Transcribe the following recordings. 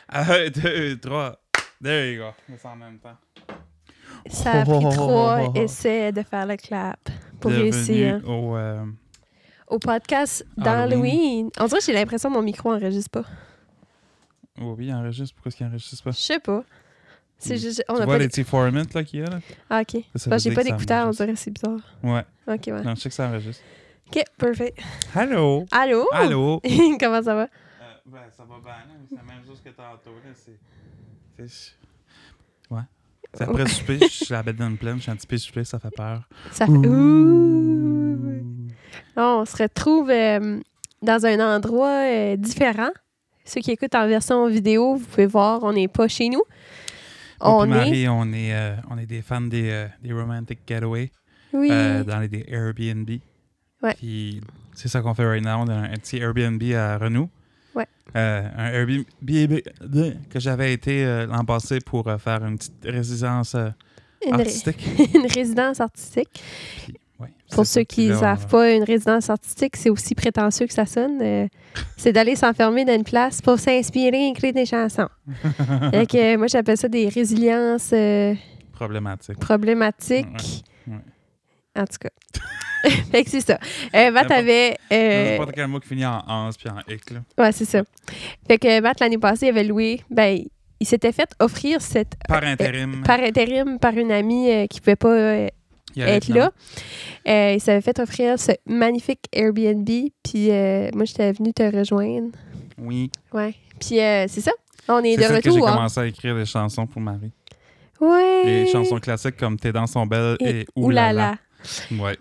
1, 2, 3. There you go. C'est en même temps. Ça a pris 3 essais de faire le clap pour réussir. Au podcast d'Halloween. On dirait que j'ai l'impression que mon micro n'enregistre pas. Oh oui, il enregistre. Pourquoi est-ce qu'il n'enregistre pas? Je sais pas. C'est juste, tu vois les petits formats là, qu'il y a là? Ah, ok. J'ai pas d'écouteurs, on dirait que c'est bizarre. Ouais. Ok, ouais. Non, je sais que ça enregistre. Ok, perfect. Allô? Allô? Allô? Comment ça va? Ça va bien, c'est la même chose que tantôt. Là. Ouais. C'est après le souper, je suis la bête dans le pleine, je suis un petit peu soufflé, ça fait peur. Ça fait... Ouh! On se retrouve dans un endroit différent. Ceux qui écoutent en version vidéo, vous pouvez voir, on n'est pas chez nous. Marie, on est des fans des romantic getaways. Oui. Dans des Airbnb. Ouais. Puis c'est ça qu'on fait right now. On a un petit Airbnb à Renault. Ouais. Un Airbnb que j'avais été l'an passé pour faire une petite résidence artistique. Une résidence artistique. Puis, ouais, pour ceux qui ne savent pas, une résidence artistique, c'est aussi prétentieux que ça sonne. C'est d'aller s'enfermer dans une place pour s'inspirer et écrire des chansons. Donc, moi, j'appelle ça des résiliences problématiques. Ouais. En tout cas. Fait que c'est ça. Matt avait... n'importe quel mot qui finit en « ans » puis en « ic ». Ouais, c'est ça. Fait que Matt, l'année passée, il avait loué... il s'était fait offrir cette... Par intérim. Par une amie qui ne pouvait pas être là. Il s'avait fait offrir ce magnifique Airbnb. Puis moi, j'étais venue te rejoindre. Oui. Ouais. Puis c'est ça. On est de retour. C'est ça que j'ai commencé à écrire des chansons pour Marie. Ouais. Des chansons classiques comme « Tes dents sont belles » et « Oulala ». Ouais.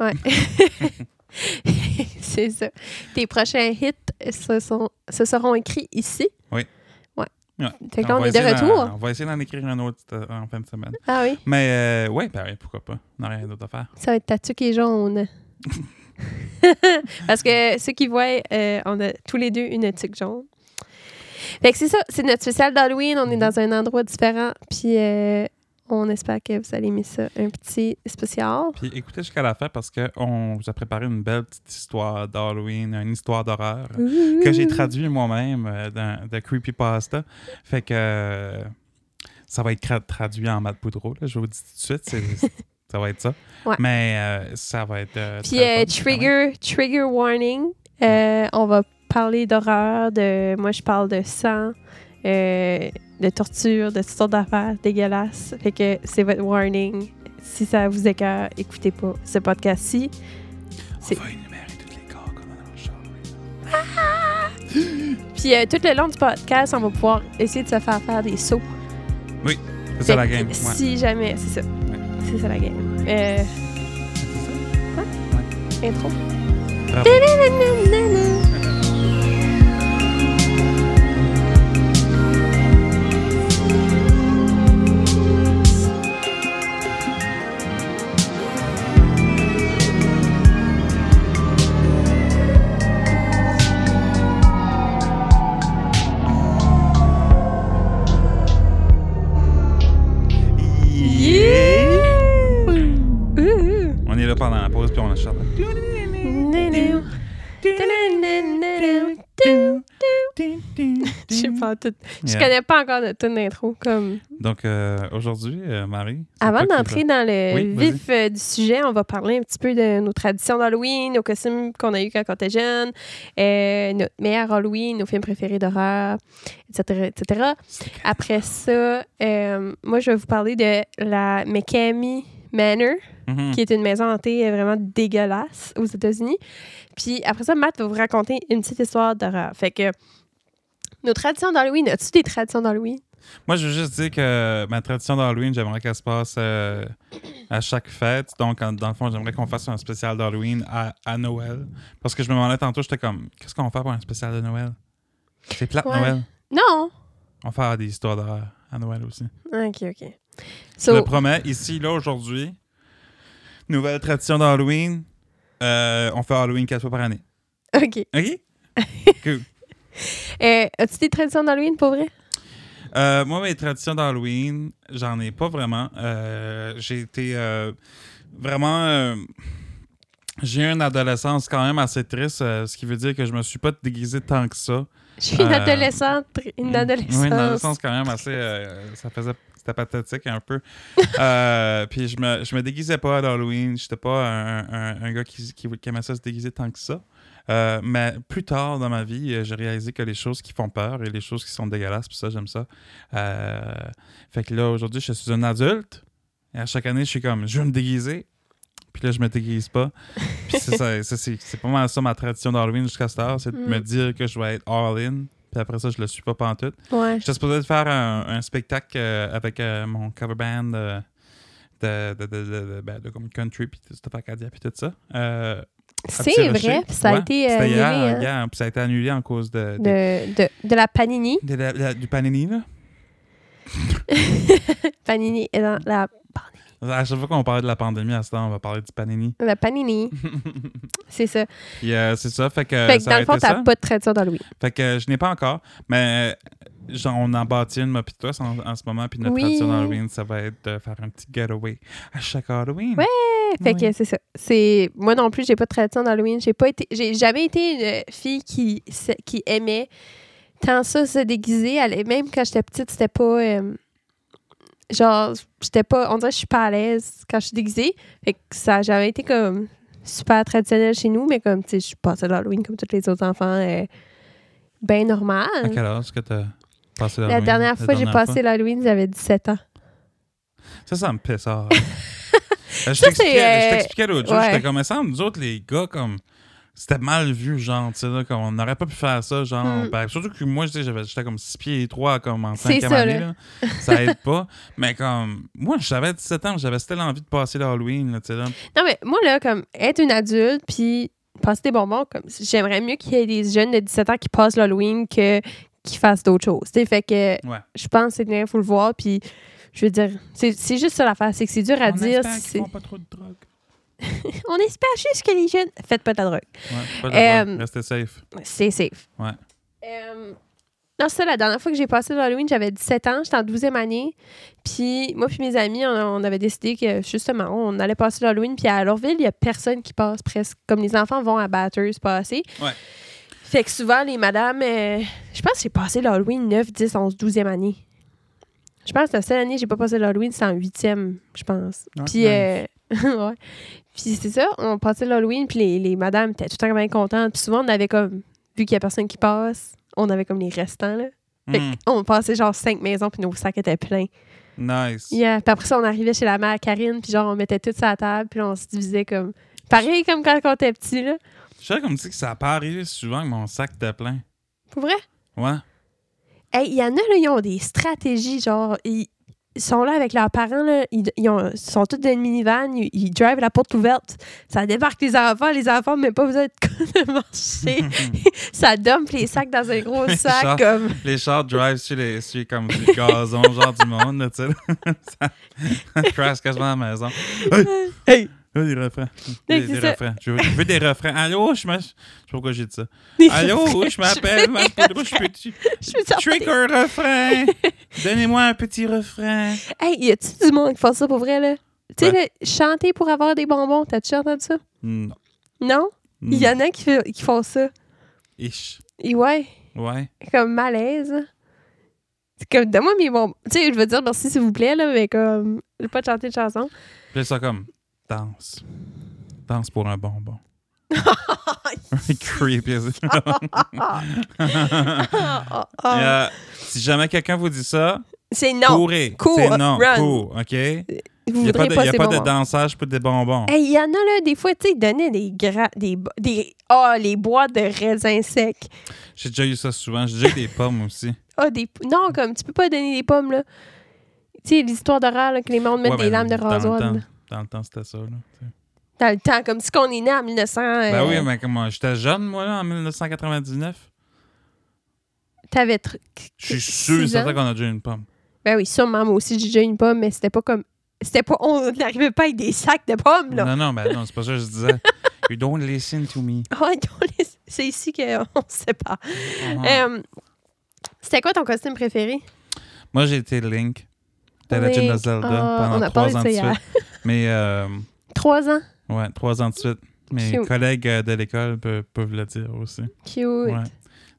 C'est ça. Tes prochains hits se seront écrits ici. Oui. Ouais. Ouais. Fait que là, on est de retour. On va essayer d'en écrire un autre en fin de semaine. Ah oui? Mais ouais, pareil, pourquoi pas. On n'a rien d'autre à faire. Ça va être ta tuque et jaune. Parce que ceux qui voient, on a tous les deux une tuque jaune. Fait que c'est ça. C'est notre spécial d'Halloween. On est dans un endroit différent. Puis... on espère que vous allez aimer ça, un petit spécial. Puis écoutez jusqu'à la fin parce qu'on vous a préparé une belle petite histoire d'Halloween, une histoire d'horreur que j'ai traduit moi-même de Creepypasta. Fait que ça va être traduit en Matt Boudreau, là, je vous le dis tout de suite, ça va être ça. Ouais. Mais ça va être... Puis trigger warning, on va parler d'horreur, moi je parle de sang, de torture, de toutes sortes d'affaires dégueulasses. Fait que c'est votre warning. Si ça vous écoeure, écoutez pas ce podcast-ci. On va énumérer tous les corps qu'on a dans le char. Puis tout le long du podcast, on va pouvoir essayer de se faire des sauts. Oui, c'est ça la game. Ouais. Si jamais, c'est ça. Ouais. C'est ça la game. C'est ça? Ouais. Intro. On est là pendant la pause puis on a chanté. Je sais pas tout. Je connais pas encore de toute d'intro comme. Donc aujourd'hui, Marie. Avant d'entrer dans le vif du sujet, on va parler un petit peu de nos traditions d'Halloween, nos costumes qu'on a eu quand on était jeune, notre meilleur Halloween, nos films préférés d'horreur, etc., etc. Après ça, moi je vais vous parler de la McCamey Manor, qui est une maison hantée vraiment dégueulasse aux États-Unis. Puis après ça, Matt va vous raconter une petite histoire d'horreur. Fait que nos traditions d'Halloween, as-tu des traditions d'Halloween? Moi, je veux juste dire que ma tradition d'Halloween, j'aimerais qu'elle se passe à chaque fête. Donc, dans le fond, j'aimerais qu'on fasse un spécial d'Halloween à Noël. Parce que je me demandais tantôt, j'étais comme, qu'est-ce qu'on va faire pour un spécial de Noël? C'est plate Noël. Non! On va faire des histoires d'horreur à Noël aussi. OK. Je le promets, ici, là, aujourd'hui, nouvelle tradition d'Halloween, on fait Halloween 4 fois par année. OK. Cool. As-tu des traditions d'Halloween, pour vrai? Moi, mes traditions d'Halloween, j'en ai pas vraiment. J'ai été vraiment... j'ai eu une adolescence quand même assez triste, ce qui veut dire que je me suis pas déguisé tant que ça. Je suis une adolescente. Une adolescence. Oui, une adolescence quand même assez... C'était pathétique un peu. Puis je me déguisais pas à l'Halloween. J'étais pas un gars qui aimait ça se déguiser tant que ça. Mais plus tard dans ma vie, j'ai réalisé que les choses qui font peur et les choses qui sont dégueulasses, puis ça, j'aime ça. Fait que là, aujourd'hui, je suis un adulte. Et à chaque année, je suis comme, je veux me déguiser. Puis là, je me déguise pas. Puis c'est pas mal ça ma tradition d'Halloween jusqu'à cette heure, c'est de me dire que je vais être all-in. Puis après ça, je le suis pas pantoute. Ouais. J'étais supposé de faire un spectacle avec mon cover band de comme country, puis stuff Acadia, puis tout ça. C'est vrai, puis ça a été annulé. Hier, puis ça a été annulé en cause de la Panini. Du Panini, là. Panini est dans la... À chaque fois qu'on parlait de la pandémie, à ce temps, on va parler du Panini. La Panini. C'est ça. Puis, c'est ça. Fait que dans le fond, t'as pas de tradition d'Halloween. Fait que je n'ai pas encore. Mais genre, on en bâtit une, moi, pis toi, en ce moment. Puis notre tradition d'Halloween, ça va être de faire un petit getaway à chaque Halloween. Ouais! Fait que c'est ça. Moi non plus, j'ai pas de tradition d'Halloween. J'ai jamais été une fille qui aimait tant ça se déguiser. Même quand j'étais petite, c'était pas... genre, j'étais pas... On dirait que je suis pas à l'aise quand je suis déguisée. Fait que ça a jamais été comme super traditionnel chez nous, mais comme, tu sais, je passais l'Halloween comme tous les autres enfants, bien normal. À quel âge que t'as passé l'Halloween? La dernière fois que j'ai passé l'Halloween, j'avais 17 ans. Ça me pisse. Je t'expliquais l'autre jour, j'étais comme ça, nous autres, les gars, comme... C'était mal vu, genre, tu sais, là, comme on n'aurait pas pu faire ça, genre. Surtout que moi, j'étais comme 6 pieds et 3 comme en 5e année, là. Ça aide pas. Mais comme, moi, j'avais 17 ans, j'avais still envie de passer l'Halloween, là, tu sais, là. Non, mais moi, là, comme, être une adulte, puis passer des bonbons, comme, j'aimerais mieux qu'il y ait des jeunes de 17 ans qui passent l'Halloween que qu'ils fassent d'autres choses, tu sais. Fait que, je pense que c'est bien, il faut le voir, puis je veux dire, c'est juste ça l'affaire, c'est que c'est dur à dire. On espère qu'ils font pas trop de drogue. On espère juste que les jeunes... Faites pas de la drogue. Ouais, pas de la drogue. Restez safe. C'est safe. Ouais. Non, c'est ça, la dernière fois que j'ai passé l'Halloween, j'avais 17 ans, j'étais en 12e année. Puis moi puis mes amis, on avait décidé que, justement, on allait passer l'Halloween. Puis à Lorville, il y a personne qui passe presque. Comme les enfants vont à Bathurst passer. Ouais. Fait que souvent, les madames... je pense que j'ai passé l'Halloween 9, 10, 11, 12e année. Je pense que la seule année que j'ai pas passé l'Halloween, c'est en 8e, je pense. Ouais, puis... ouais. Puis c'est ça, on passait l'Halloween, puis les madames étaient tout le temps bien contentes. Puis souvent, on avait comme, vu qu'il y a personne qui passe, on avait comme les restants, là. Fait qu'on passait genre 5 maisons, puis nos sacs étaient pleins. Nice. Yeah. Puis après ça, on arrivait chez la mère Karine, puis genre, on mettait tout sur la table, puis on se divisait comme... Pareil comme quand on était petit, là. Je sais comme si que ça n'a pas arrivé souvent que mon sac était plein. Pour vrai? Ouais. Hey, il y en a, là, ils ont des stratégies, genre... Ils sont là avec leurs parents, là, ils sont tous dans une minivan, ils drivent la porte ouverte. Ça débarque les enfants, mais pas besoin de marcher. Ça dump les sacs dans un gros sac. Les chars drive sur comme du gazon, genre du monde, là, tu sais. Ça crash quasiment à la maison. Hey! Des refrains. Des refrains. Je veux des refrains. Allô, je sais pas pourquoi j'ai dit ça. Allô, je m'appelle Marc-Pedro, je peux trick un refrain. Donnez-moi un petit refrain. Hey, y a-tu du monde qui fait ça pour vrai, là? Tu sais, chanter pour avoir des bonbons, t'as-tu entendu ça? Non. Non? Il y en a qui font ça. Ish. Et ouais. Comme malaise. C'est comme, donne-moi mes bonbons. Tu sais, je veux dire merci s'il vous plaît, là, mais comme, je vais pas te chanter de chanson. Puis ça comme, danse. Danse pour un bonbon. Creepy. Si jamais quelqu'un vous dit ça, c'est non. Courez. C'est non. Cours, OK? Il n'y a pas de dansage pour des bonbons. Il y en a, là, des fois, tu sais, ils donnaient les boîtes de raisins secs. J'ai déjà eu ça souvent. J'ai déjà eu des pommes aussi. Non, comme, tu peux pas donner des pommes, là. Tu sais, l'histoire d'horreur, que les mondes mettent des lames de rasoir. Dans le temps, c'était ça, là. T'sais. Dans le temps, comme si on est né en 1900... Ben oui, mais comment? J'étais jeune, moi, là, en 1999. T'avais... Je suis sûr, c'est vrai qu'on a déjà une pomme. Ben oui, sûrement, moi aussi, j'ai déjà une pomme, mais c'était pas comme... On n'arrivait pas avec des sacs de pommes, là. Non, c'est pas ça que je disais. You don't listen to me. C'est ici qu'on se sépare. C'était quoi ton costume préféré? Moi, j'ai été Link. The Legend of Zelda pendant 3 ans de suite. Mais... 3 ans? Ouais, 3 ans de suite. Mes collègues de l'école peuvent le dire aussi. Cute. Ouais.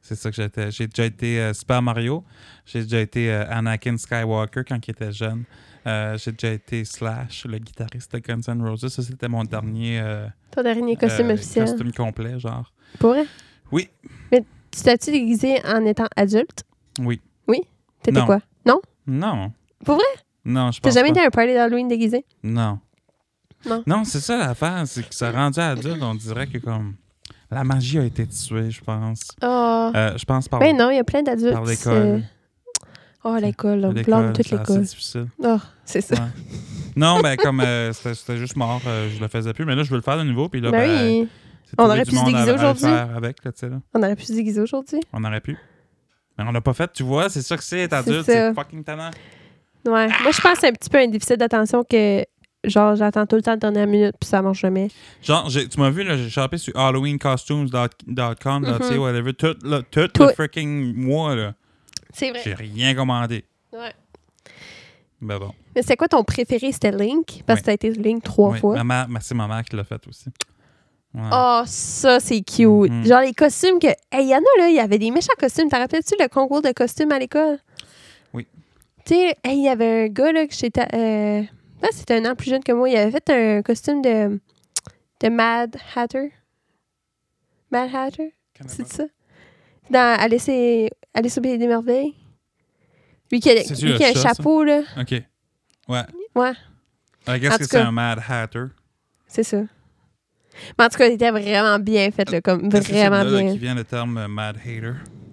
C'est ça que j'étais. J'ai déjà été Super Mario. J'ai déjà été Anakin Skywalker quand il était jeune. J'ai déjà été Slash, le guitariste de Guns N' Roses. Ça, c'était mon dernier... Ton dernier costume officiel. Costume complet, genre. Pour vrai? Oui. Mais tu t'es-tu déguisé en étant adulte? Oui. Oui? T'étais Non. quoi? Non? Non. Pour vrai? Non, je pense T'as jamais pas. été à un party d'Halloween déguisé? Non. Non. Non, c'est ça l'affaire. C'est que ça rendu adulte, on dirait que comme... La magie a été tuée, je pense. Oh. Je pense par... Ben non, il y a plein d'adultes. Par l'école. Oh, l'école. On L'école, blâme toute c'est l'école. assez difficile. Oh, c'est ça. Ouais. Non, ben comme c'était juste mort, je le faisais plus. Mais là, je veux le faire de nouveau. Puis là, Ben oui. c'est On trouver aurait du pu se monde déguiser à le aujourd'hui. faire avec, là, tu sais, là. On aurait pu se déguiser aujourd'hui. On aurait pu. Mais on l'a pas fait, tu vois. C'est ça que c'est, être C'est adulte. ça. C'est fucking tannant. Ouais. Moi, je pense que c'est un petit peu un déficit d'attention que, genre, j'attends tout le temps la dernière minute puis ça marche jamais. Genre, tu m'as vu, là, j'ai chopé sur halloweencostumes.com, Mhm. whatever, tout le freaking mois, là. C'est vrai. J'ai rien commandé. Ouais. Ben bon. Mais c'est quoi ton préféré? C'était Link? Parce que t'as été Link 3 Oui. fois. C'est ma mère qui l'a fait aussi. Ouais. Oh, ça, c'est cute. Mhm. Genre, les costumes que... Hey, il y en a, là, il y avait des méchants costumes. T'en rappelles-tu le concours de costumes à l'école? Oui. Tu sais, il y avait un gars, là, que j'étais... c'était un an plus jeune que moi. Il avait fait un costume de Mad Hatter. Mad Hatter? C'est ça? Dans Alice au Pays des Merveilles. Lui qui a un chapeau, là. OK. Ouais. Ouais. I guess que c'est un Mad Hatter. C'est ça. Mais en tout cas, il était vraiment bien fait, là, comme vraiment c'est là, bien. Qui vient le terme Mad Hater.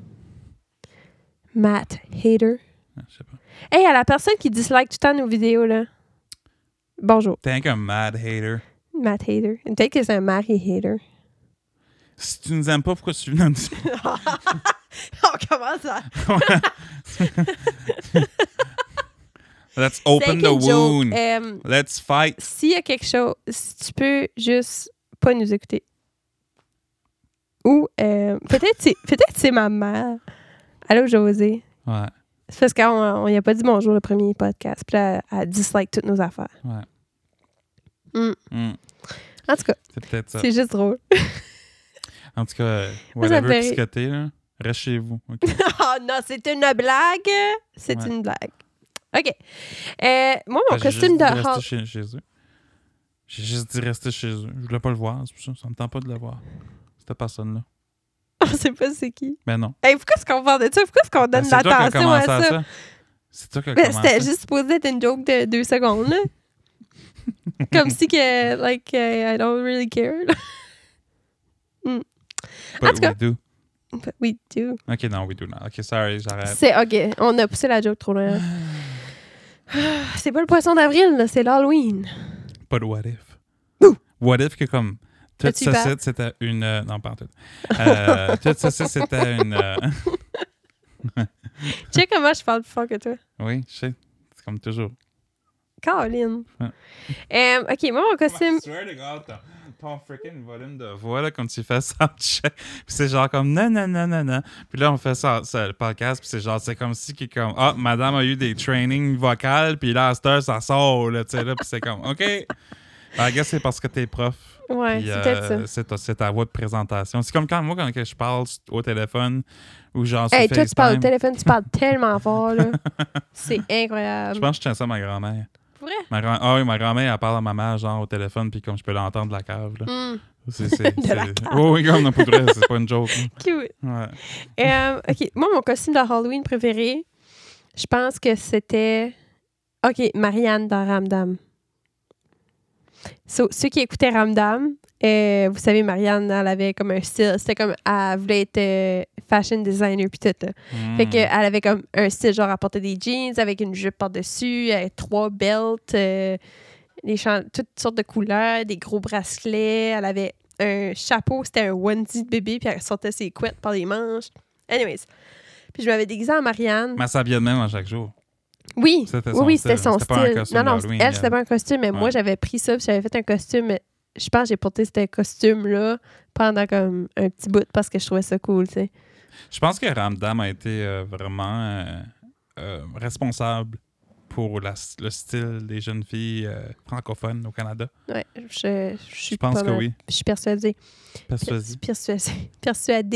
Matt Hater. Je sais pas. Hey, à la personne qui dislike tout le temps nos vidéos, là. Bonjour. T'es un Mad Hater. Matt Hater. Peut-être que c'est un Mary Hater. Si tu nous aimes pas, pourquoi tu viens de dire? On commence à... Let's open the wound. Let's fight. S'il y a quelque chose, si tu peux juste pas nous écouter. Ou peut-être c'est ma mère. Allô, José. Ouais. C'est parce qu'on n'y a pas dit bonjour le premier podcast. Puis là, elle dislike toutes nos affaires. Ouais. En tout cas, c'est peut-être ça. C'est juste drôle. En tout cas, whatever piscoté, là, reste chez vous. Okay. Oh non, c'est une blague. C'est une blague. OK. Moi, mon costume de Hall... chez eux. J'ai juste dit rester chez eux. Je voulais pas le voir, c'est pour ça. Ça me tente pas de le voir. Cette personne-là. On sait pas c'est qui. Ben non. Hey, pourquoi est-ce qu'on parle de ça? Pourquoi est-ce qu'on donne l'attention à ça? C'est toi qui as commencé. C'était juste supposé être une joke de 2 secondes, là. Comme si que, like, I don't really care. But we do. But we do. OK, non, we do not. OK, sorry, j'arrête. C'est OK. On a poussé la joke trop loin. C'est pas le poisson d'avril, là, c'est l'Halloween. But what if? Ouh! What if que comme toute ça c'était une... non, pas en tout. Toute ça c'était une... Tu sais comment je parle plus fort que toi? Oui, je sais. C'est comme toujours. Caroline. OK, moi, mon costume... Ton freaking volume de voix, là, comme tu fais ça, check. Puis c'est genre comme non. Puis là, on fait ça le podcast, puis c'est genre, c'est comme si, madame a eu des trainings vocales, puis là, à cette heure, ça sort, là, tu sais, là, puis c'est comme, OK. I guess c'est parce que t'es prof. Ouais, c'est peut-être ça. C'est ta voix de présentation. C'est comme quand je parle au téléphone, ou genre sur toi, FaceTime. tu parles au téléphone, tu parles tellement fort, là. C'est incroyable. Je pense que je tiens ça à ma grand-mère. Vrai? Ma grand-mère, elle parle à ma mère, genre, au téléphone, puis comme je peux l'entendre de la cave, là. De la cave. Oui, comme non, pour vrai, c'est pas une joke. Cute. Ouais. OK, moi, mon costume de Halloween préféré, je pense que c'était... OK, Marianne dans Ramdam. Ceux qui écoutaient Ramdam, vous savez, Marianne, elle avait comme un style. C'était comme... Elle voulait être fashion designer puis tout. Là. Fait qu'elle avait comme un style, genre, elle portait des jeans avec une jupe par-dessus, 3 belts, toutes sortes de couleurs, des gros bracelets. Elle avait un chapeau, c'était un onesie de bébé, puis elle sortait ses couettes par les manches. Anyways. Puis je m'avais déguisée en Marianne. Mais elle s'habillait de même à chaque jour. Oui, c'était son style. Pas un costume non, c'était pas un costume, mais moi, j'avais pris ça, puis j'avais fait un costume. Je pense que j'ai porté ce costume-là pendant comme un petit bout parce que je trouvais ça cool, tu sais. Je pense que Ramdam a été vraiment responsable pour le style des jeunes filles francophones au Canada. Oui, je pense que oui. Je suis persuadée. Persuadée.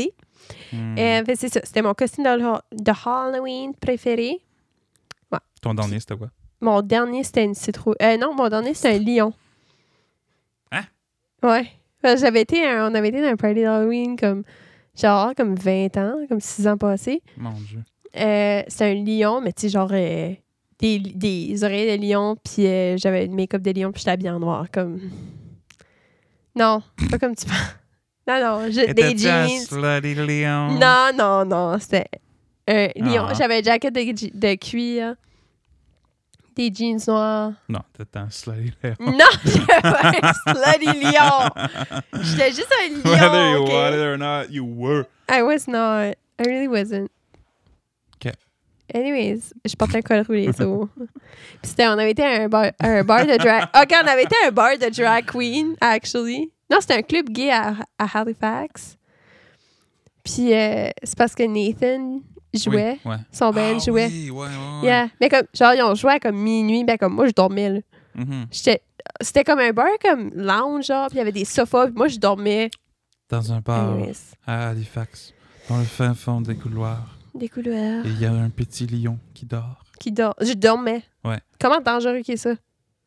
Fait, c'est ça. C'était mon costume de Halloween préféré. Ouais. Ton dernier, c'était quoi? Mon dernier, c'était une citrouille. Non, mon dernier, c'était un lion. Hein? Ouais. On avait été dans un party d'Halloween comme 20 ans, comme 6 ans passés. Mon Dieu. C'était un lion, mais tu sais, genre des oreilles de lion, puis j'avais une make-up de lion, puis j'étais habillée en noir, comme... Non, pas comme tu penses. Non, des jeans. Slutty lion? Non, c'était un lion. J'avais un jacket de cuir, des jeans noirs. Non, t'étais un slutty lion. Non, j'étais pas un slutty lion. J'étais juste un lion. Whether you okay? wanted or not, you were. I was not. I really wasn't. OK. Anyways, je portais un col roulé, so. Puis on avait été à un bar de drag... OK, on avait été à un bar de drag queen, actually. Non, c'était un club gay à Halifax. Puis c'est parce que Nathan jouait. Oui, ouais. Son band jouait. Oui, ouais. Yeah. Mais comme, genre, ils ont joué à comme minuit. Ben comme, moi, je dormais, là. Mm-hmm. C'était comme un bar, comme lounge, genre. Puis il y avait des sofas. Puis moi, je dormais. Dans un bar Anyways. à Halifax, dans le fin fond des couloirs. Des couleurs. Et il y a un petit lion qui dort. Je dormais. Ouais. Comment dangereux qu'est ça?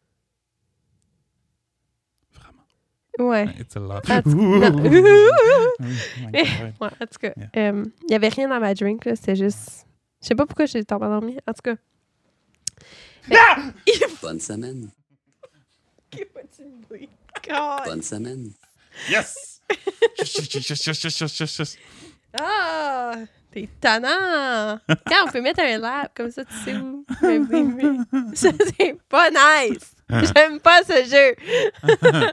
Vraiment. Ouais. It's a lot. Ouais, en tout cas, il y avait rien dans ma drink, là. C'était juste... Je sais pas pourquoi j'ai tombé endormie. En tout cas. Bonne semaine. Bonne semaine. Yes! Ah! T'es tannant! Quand on peut mettre un lap, comme ça, tu sais où. Ça, c'est pas nice! J'aime pas ce jeu!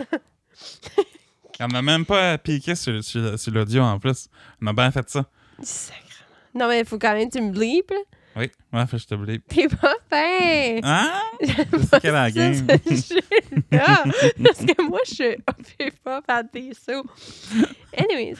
On m'a même pas piqué sur l'audio en plus. On a bien fait ça. Sacrément. Non, mais il faut quand même que tu me bleepes, là. Oui, ouais, faut que je te bleep. T'es pas fin! Hein? J'aime C'est quelle la game? Ah, parce que moi, je fais pas faire des sauts. Anyways.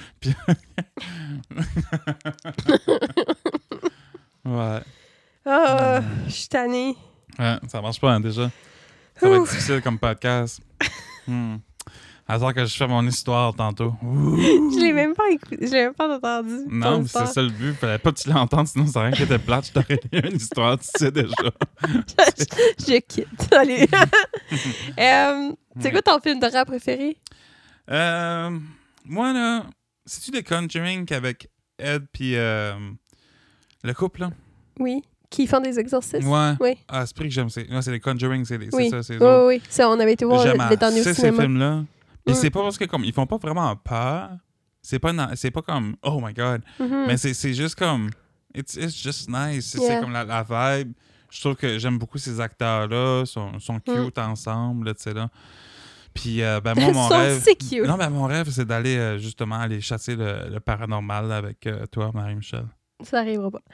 Ouais. Oh, je suis tannée. Ouais, ça marche pas, hein, déjà. Ça va être difficile comme podcast. Alors que je fais mon histoire tantôt. Je l'ai même pas écouté. Je l'ai même pas entendu. Non, mais c'est ça le but. Fallait pas que tu l'entendes, sinon ça rien qui était plate. Je t'aurais lu une histoire, tu sais déjà. Je quitte. Allez. C'est quoi ton film d'horreur préféré? Moi, là, c'est-tu des Conjuring avec Ed puis le couple, là? Oui. Qui font des exorcismes? Ouais. Oui. Ah, c'est que j'aime. Non, c'est des Conjuring, c'est oui. ça, c'est oui. Ça, on avait été voir le dernier au cinéma. ces films-là. Puis c'est pas parce que comme ils font pas vraiment peur. C'est pas comme oh my god. Mais c'est juste comme it's just nice. C'est comme la vibe. Je trouve que j'aime beaucoup ces acteurs-là. Sont cute ensemble, tu sais là. Puis ben moi mon rêve. C'est cute. Non, ben mon rêve c'est d'aller justement aller chasser le paranormal avec toi, Marie-Michel. Ça arrivera pas.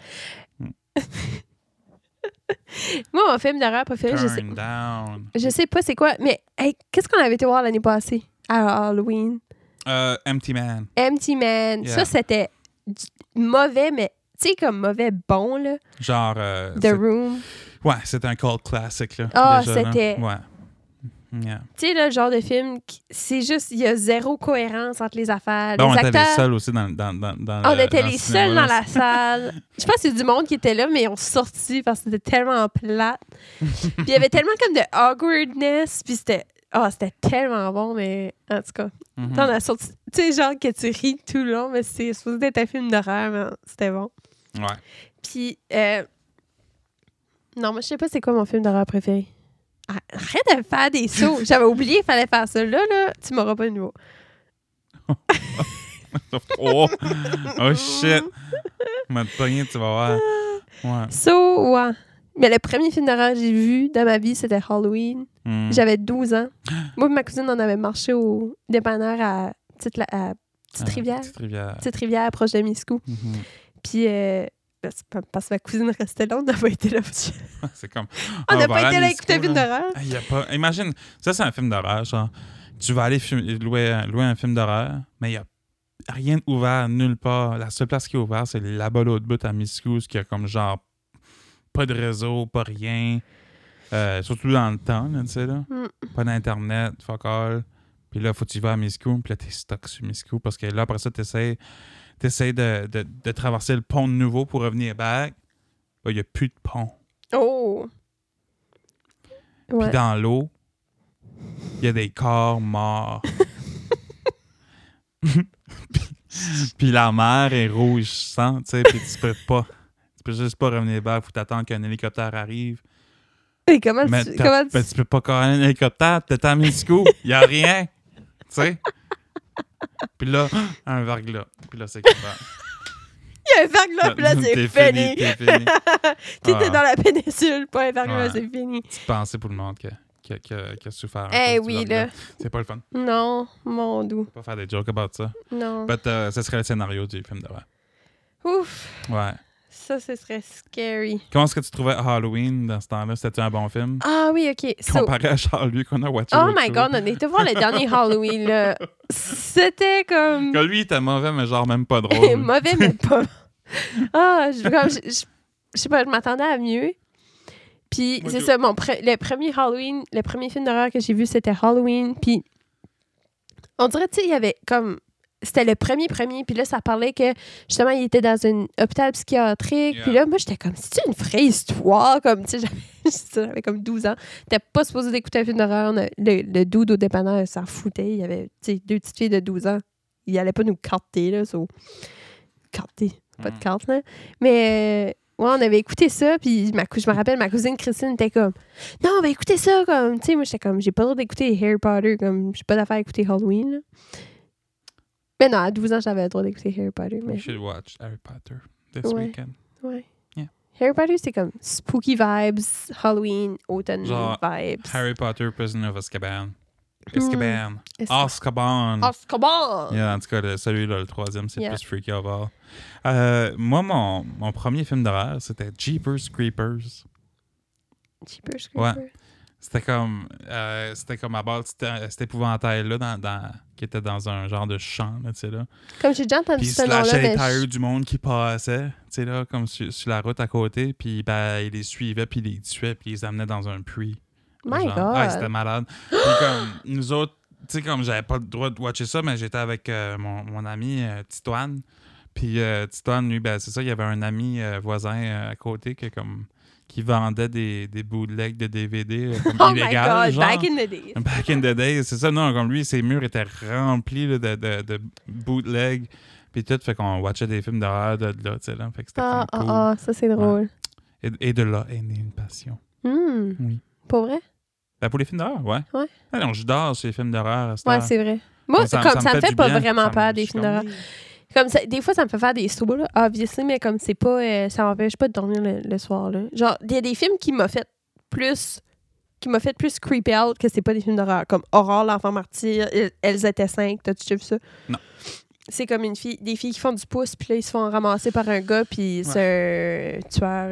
Moi, mon film d'horreur préféré, je sais pas c'est quoi, mais hey, qu'est-ce qu'on avait été voir l'année passée à Halloween? Empty Man. Empty Man. Yeah. Ça, c'était mauvais, mais tu sais, comme mauvais bon, là. Genre... The Room. Ouais, c'était un cult classique, là. Ah, c'était... Ouais. Yeah. Tu sais, le genre de film, c'est juste, il y a zéro cohérence entre les affaires. Ben, les on acteurs, était les seuls aussi dans on était les seuls dans la salle. Je pense qu'il y a du monde qui était là, mais ils ont sorti parce que c'était tellement plate. Puis il y avait tellement comme de awkwardness, puis c'était tellement bon, mais en tout cas, on a sorti, tu sais, genre que tu ris tout le long, mais c'est supposé être un film d'horreur, mais c'était bon. Ouais. Puis, non, moi, je sais pas c'est quoi mon film d'horreur préféré. Arrête de faire des sauts. J'avais oublié qu'il fallait faire ça. Là, tu m'auras pas de nouveau. Oh shit. M'a pogné, tu vas voir. Ouais. So, ouais. Mais le premier film d'horreur que j'ai vu dans ma vie, c'était Halloween. J'avais 12 ans. Moi et ma cousine, on avait marché au dépanneur à Petite-Rivière. Petite-Rivière, proche de Miscou. Puis, parce que ma cousine restait là, on n'a pas été là. C'est comme... On n'a pas été là écouter un film d'horreur. Imagine, ça c'est un film d'horreur, genre, tu vas aller louer un film d'horreur, mais il n'y a rien ouvert nulle part. La seule place qui est ouverte, c'est là-bas l'autre bout à Miscou, qui a comme genre pas de réseau, pas rien. Surtout dans le temps, tu sais, là. Pas d'internet, fuck all. Puis là, faut que tu vas à Miscou, puis là, t'es stock sur Miscou, parce que là, après ça, t'essaies t'essayes de traverser le pont de nouveau pour revenir back. Il n'y a plus de pont. Oh! Ouais. Puis dans l'eau, il y a des corps morts. Puis la mer est rouge sang, tu sais, puis tu peux juste pas revenir back, faut t'attendre qu'un hélicoptère arrive. Et comment Mais tu peux pas carrer un hélicoptère, t'es à Mexico, il y a rien, tu sais. Puis là, un verglas, puis là c'est comme ça. Il y a un verglas, puis là c'est fini. T'es fini. T'étais dans la péninsule, pas un verglas, Ouais. c'est fini. Tu pensais pour le monde qui a souffert. Eh oui, là. C'est pas le fun. Non, mon doux. Pas faire des jokes about ça. Non. But ce serait le scénario du film d'horreur. Ouf. Ouais. Ça, ce serait scary. Comment est-ce que tu trouvais Halloween dans ce temps-là? C'était un bon film? Ah oui, OK. Comparé à Charles-Lui qu'on a watché. Oh my God, on était voir le dernier Halloween, là. C'était comme... Que lui, il était mauvais, mais genre même pas drôle. Mauvais, mais pas... je sais pas, je m'attendais à mieux. Puis Moi, c'est ça, le premier Halloween, le premier film d'horreur que j'ai vu, c'était Halloween. Puis on dirait, tu sais, il y avait comme... C'était le premier, puis là, ça parlait que, justement, il était dans un hôpital psychiatrique. Yeah. Puis là, moi, j'étais comme, c'est une vraie histoire? Comme, tu sais, j'avais comme 12 ans. T'étais pas supposé d'écouter un film d'horreur. Le dude au dépanneur s'en foutait. Il y avait, tu sais, 2 petites filles de 12 ans. Il allait pas nous carter, là. Carter, pas de carte, là. Mais... ouais, on avait écouté ça, puis je me rappelle, ma cousine Christine était comme « Non, on va écouter ça! » Comme, tu sais, moi, j'étais comme « J'ai pas le droit d'écouter Harry Potter, comme, j'ai pas d'affaire à écouter Halloween. » là. Mais non, à 12 ans, j'avais le droit d'écouter Harry Potter. Mais... We should watch Harry Potter this Ouais. weekend. Ouais. Yeah. Harry Potter, c'est comme spooky vibes, Halloween, automne Genre, vibes. Harry Potter, Prisoner of Azkaban. Azkaban. Azkaban. Azkaban. Yeah, en tout cas, celui-là, le troisième, c'est plus freaky of all. Moi, mon premier film d'horreur, c'était Jeepers Creepers. Jeepers Creepers? Ouais. C'était comme à base, cet épouvantail-là qui était dans un genre de champ, là, tu sais, là. Comme j'ai déjà entendu Puis il ce nom-là, slashait les mais tires du monde qui passait, tu sais, là, comme sur la route à côté. Puis ben, il les suivait, puis il les tuait, puis il les amenait dans un puits. My Genre, God! ouais, c'était malade. Puis comme, nous autres, tu sais, comme j'avais pas le droit de watcher ça, mais j'étais avec mon ami Titoine. Puis Titoine, lui, ben c'est ça, il y avait un ami voisin à côté qui vendait des bootlegs de DVD comme illégales. My God, genre. back in the days. Back in the days, c'est ça. Non, comme lui, ses murs étaient remplis là, de bootlegs. Puis tout, fait qu'on watchait des films d'horreur de là, tu sais, là. Fait que c'était cool. Ça c'est drôle. Et de là est née une passion. Oui. Pour vrai? Ben, pour les films d'horreur, ouais. Ouais. Ah non, je dors sur les films d'horreur à cette Ouais, heure. c'est vrai. Moi, ça me fait pas vraiment peur des films d'horreur. Comme ça, des fois, ça me fait faire des sauts, là, obviously, mais comme c'est pas... ça m'empêche pas de dormir le soir, là. Genre, il y a des films qui m'ont fait plus creepy out que c'est pas des films d'horreur. Comme Aurore, l'enfant martyr, Elles étaient 5. T'as-tu déjà vu ça? Non. C'est comme des filles qui font du pouce, puis là, ils se font ramasser par un gars, puis c'est un tueur...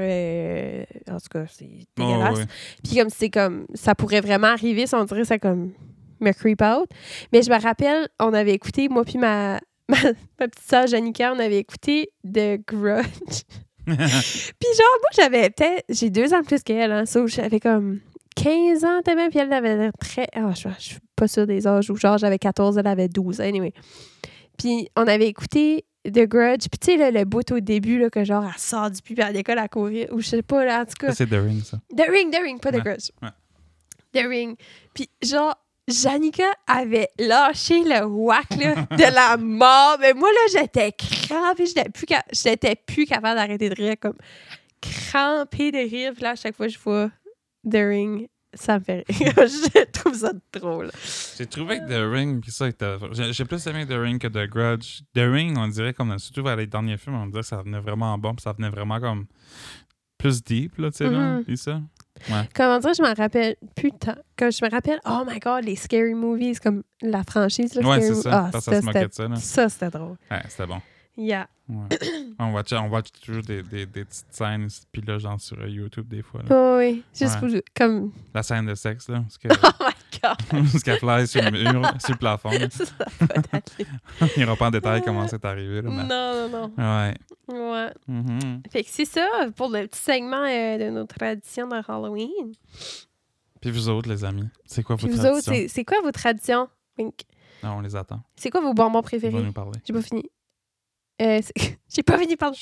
en tout cas, c'est dégueulasse. ouais. Puis comme c'est comme... Ça pourrait vraiment arriver, si on dirait ça comme... me creep out. Mais je me rappelle, on avait écouté, moi puis ma petite sœur Janica, on avait écouté The Grudge. Puis genre, moi, j'ai 2 ans de plus qu'elle, hein. So, j'avais comme 15 ans, tellement, puis elle avait très... je suis pas sûre des âges, ou genre, j'avais 14, elle avait 12, anyway. Puis on avait écouté The Grudge, puis tu sais, là, le bout au début, là, que genre, elle sort du puits, puis elle décolle à courir, ou je sais pas, là, en tout cas. Ça, c'est The Ring, ça. The Ring, pas The Grudge. Ouais. The Ring. Puis genre, Janica avait lâché le whack là, de la mort. Mais moi, là, j'étais crampée. J'étais plus capable d'arrêter de rire. Comme crampée de rire. Puis là, à chaque fois que je vois The Ring, ça me fait rire. Je trouve ça drôle. J'ai trouvé que The Ring, puis ça, j'ai plus aimé The Ring que The Grudge. The Ring, on dirait, comme surtout vers les derniers films, on dirait que ça venait vraiment bon. Puis ça venait vraiment comme plus deep, là, tu sais, là. Puis ça. Ouais. Comment dire, je m'en rappelle plus tant. Comme je me rappelle, oh my God, les Scary Movies, comme la franchise. Là, Ouais, Scary c'est ça. Parce que ça se moquait de ça. Là. Ça, c'était drôle. Ouais, c'était bon. Yeah. Ouais. on watch toujours des petites scènes, puis là, genre sur YouTube, des fois. Là. Oh, oui, juste Ouais. comme... La scène de sexe, là. Oh my God! Parce qu'elle fly sur le mur, sur le plafond. Là. Ça a pas d'allure. Il n'y aura pas en détail comment c'est arrivé. Là, mais... Non. Ouais. Ouais. Mm-hmm. Fait que c'est ça pour le petit segment de nos traditions de Halloween. Puis vous autres, les amis, c'est quoi vos Puis vous traditions? autres, c'est quoi vos traditions? Wink. Non, on les attend. C'est quoi vos bonbons Ils préférés? vont nous parler. J'ai pas fini. J'ai pas fini de parler.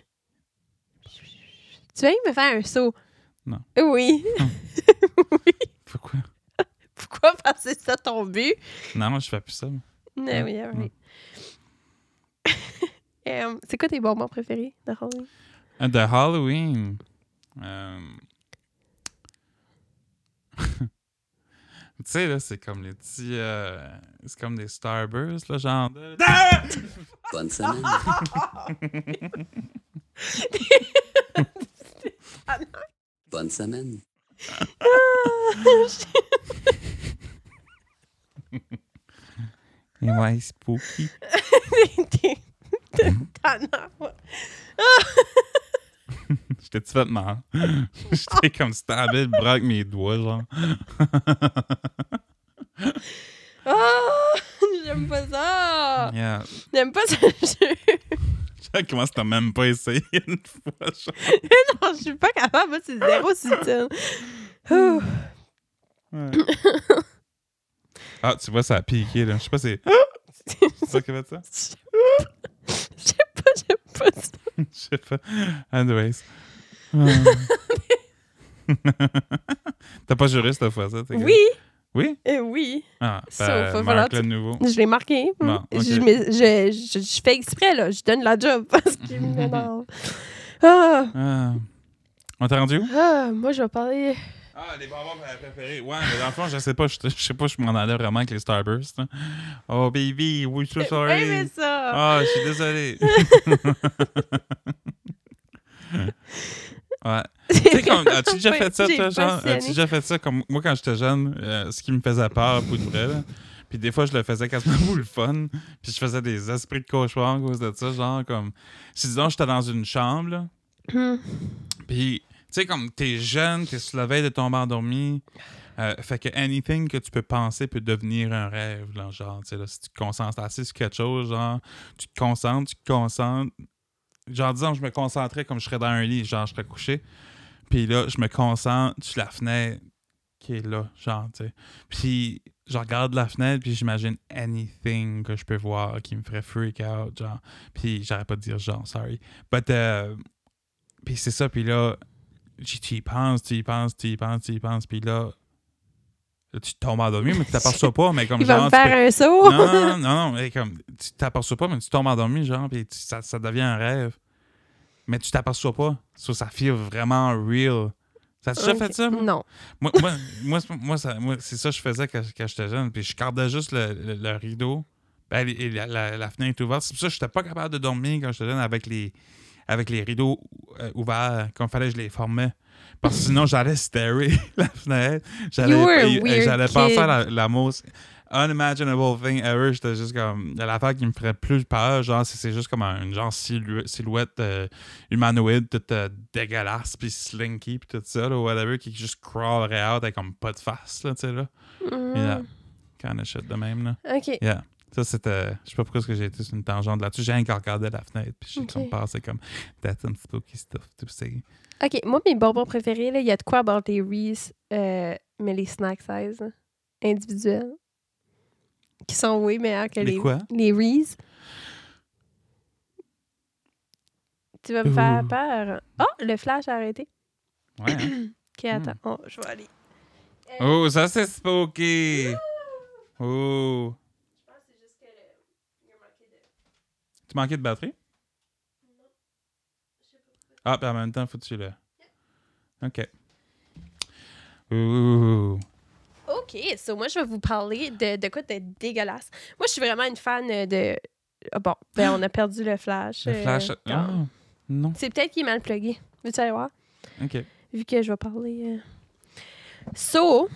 Tu viens me faire un saut? Non. Oui. Oui. Pourquoi? Pourquoi passer ça ton but? Non, je fais plus ça. Non, oui, oui. C'est quoi tes bonbons préférés de Halloween? De Halloween. Tu sais, là, c'est comme les petits... c'est comme des Starburst, là, genre de... Bonne semaine. Bonne semaine. Et ouais, spooky. J'étais-tu fait mal? J'étais comme stabbé le bras avec mes doigts, genre. Oh, j'aime pas ça! Yeah. J'aime pas ce jeu! Je commence à même pas essayer une fois, genre. Non, je suis pas capable, moi, c'est zéro subtil. Oh. Ouais. Ah, tu vois, ça a piqué, là. Je sais pas, c'est ça qui a fait ça? J'aime pas ça. Je sais pas. Anyways. T'as pas juré cette fois, ça? Oui! Oui? Oui. Ah, Ça, faut marque falloir- le nouveau. Je l'ai marqué. Bon, ok. Je fais exprès, là. Je donne la job parce qu'il m'énerve. Ah. Ah. On t'a rendu où? Ah, moi, je vais parler... Ah, les bonbons préférés. Ouais, mais dans le fond, je sais pas, je m'en allais vraiment avec les Starburst. Hein. Oh, baby, we so sorry. Aimez ça! Ah, je suis désolé. Ouais. Tu sais, comme, as-tu déjà fait ça, J'ai toi, genre? passionné. As-tu déjà fait ça? Comme moi, quand j'étais jeune, ce qui me faisait peur, pour de vrai, là. Puis des fois, je le faisais quasiment pour le fun. Puis je faisais des esprits de cauchemar à cause de ça, genre, comme... Si, disons, j'étais dans une chambre, là. Puis, tu sais, comme t'es jeune, t'es sur la veille de tomber endormi. Fait que anything que tu peux penser peut devenir un rêve, là, genre, tu sais, là, si tu te concentres assez sur quelque chose, genre, tu te concentres. Genre, disons, je me concentrais comme je serais dans un lit, genre, je serais couché. Puis là, je me concentre sur la fenêtre qui est là, genre, tu sais. Puis, je regarde la fenêtre, puis j'imagine anything que je peux voir qui me ferait freak out, genre. Puis, j'arrête pas de dire genre, sorry. But, puis c'est ça, puis là, tu y penses, puis là, tu tombes endormi, mais tu t'aperçois pas, mais comme Il genre... va me faire un saut! Non, mais comme, tu t'aperçois pas, mais tu tombes endormi, genre, puis ça devient un rêve. Mais tu t'aperçois pas. Ça feel vraiment real. T'as déjà fait ça, moi? Non. Moi, c'est ça que je faisais quand j'étais jeune, puis je gardais juste le rideau, ben, et la fenêtre ouverte. C'est pour ça que j'étais pas capable de dormir quand j'étais jeune avec les rideaux ouverts, comme fallait que je les formais. Parce que sinon, j'allais starer la fenêtre. J'allais penser à la most unimaginable thing ever. J'étais juste comme... L'affaire qui me ferait plus peur, genre, c'est juste comme une genre silhouette humanoïde toute dégueulasse, puis slinky, puis tout ça, là, whatever, qui juste crawlerait out avec comme pas de face, là, tu sais, là. Yeah. Kind of shit de même, là. OK. Yeah. Ça, c'était... Je sais pas pourquoi j'ai été sur une tangente là-dessus. J'ai encore regardé la fenêtre, puis j'ai comme passé comme... That's some spooky stuff, tu sais. OK. Moi, mes bonbons préférés, il y a de quoi about les Reese, mais les snack size, là, individuels, qui sont oui meilleurs que les... quoi? Les Reese. Tu vas me faire peur. Oh, le flash a arrêté. Ouais, hein? OK, attends. Oh, je vais aller. Oh, ça, c'est spooky! Oh! Je pense que c'est juste que il a manqué de... Tu manquais de batterie? Non. Je sais pas. Ah, puis en même temps, faut que tu le... OK. Ouh! OK, so moi, je vais vous parler de quoi de dégueulasse. Moi, je suis vraiment une fan de... Ah, bon, ben on a perdu le flash. Le flash... Oh, non. C'est peut-être qu'il est mal plugué. Veux-tu aller voir? OK. Vu que je vais parler... So,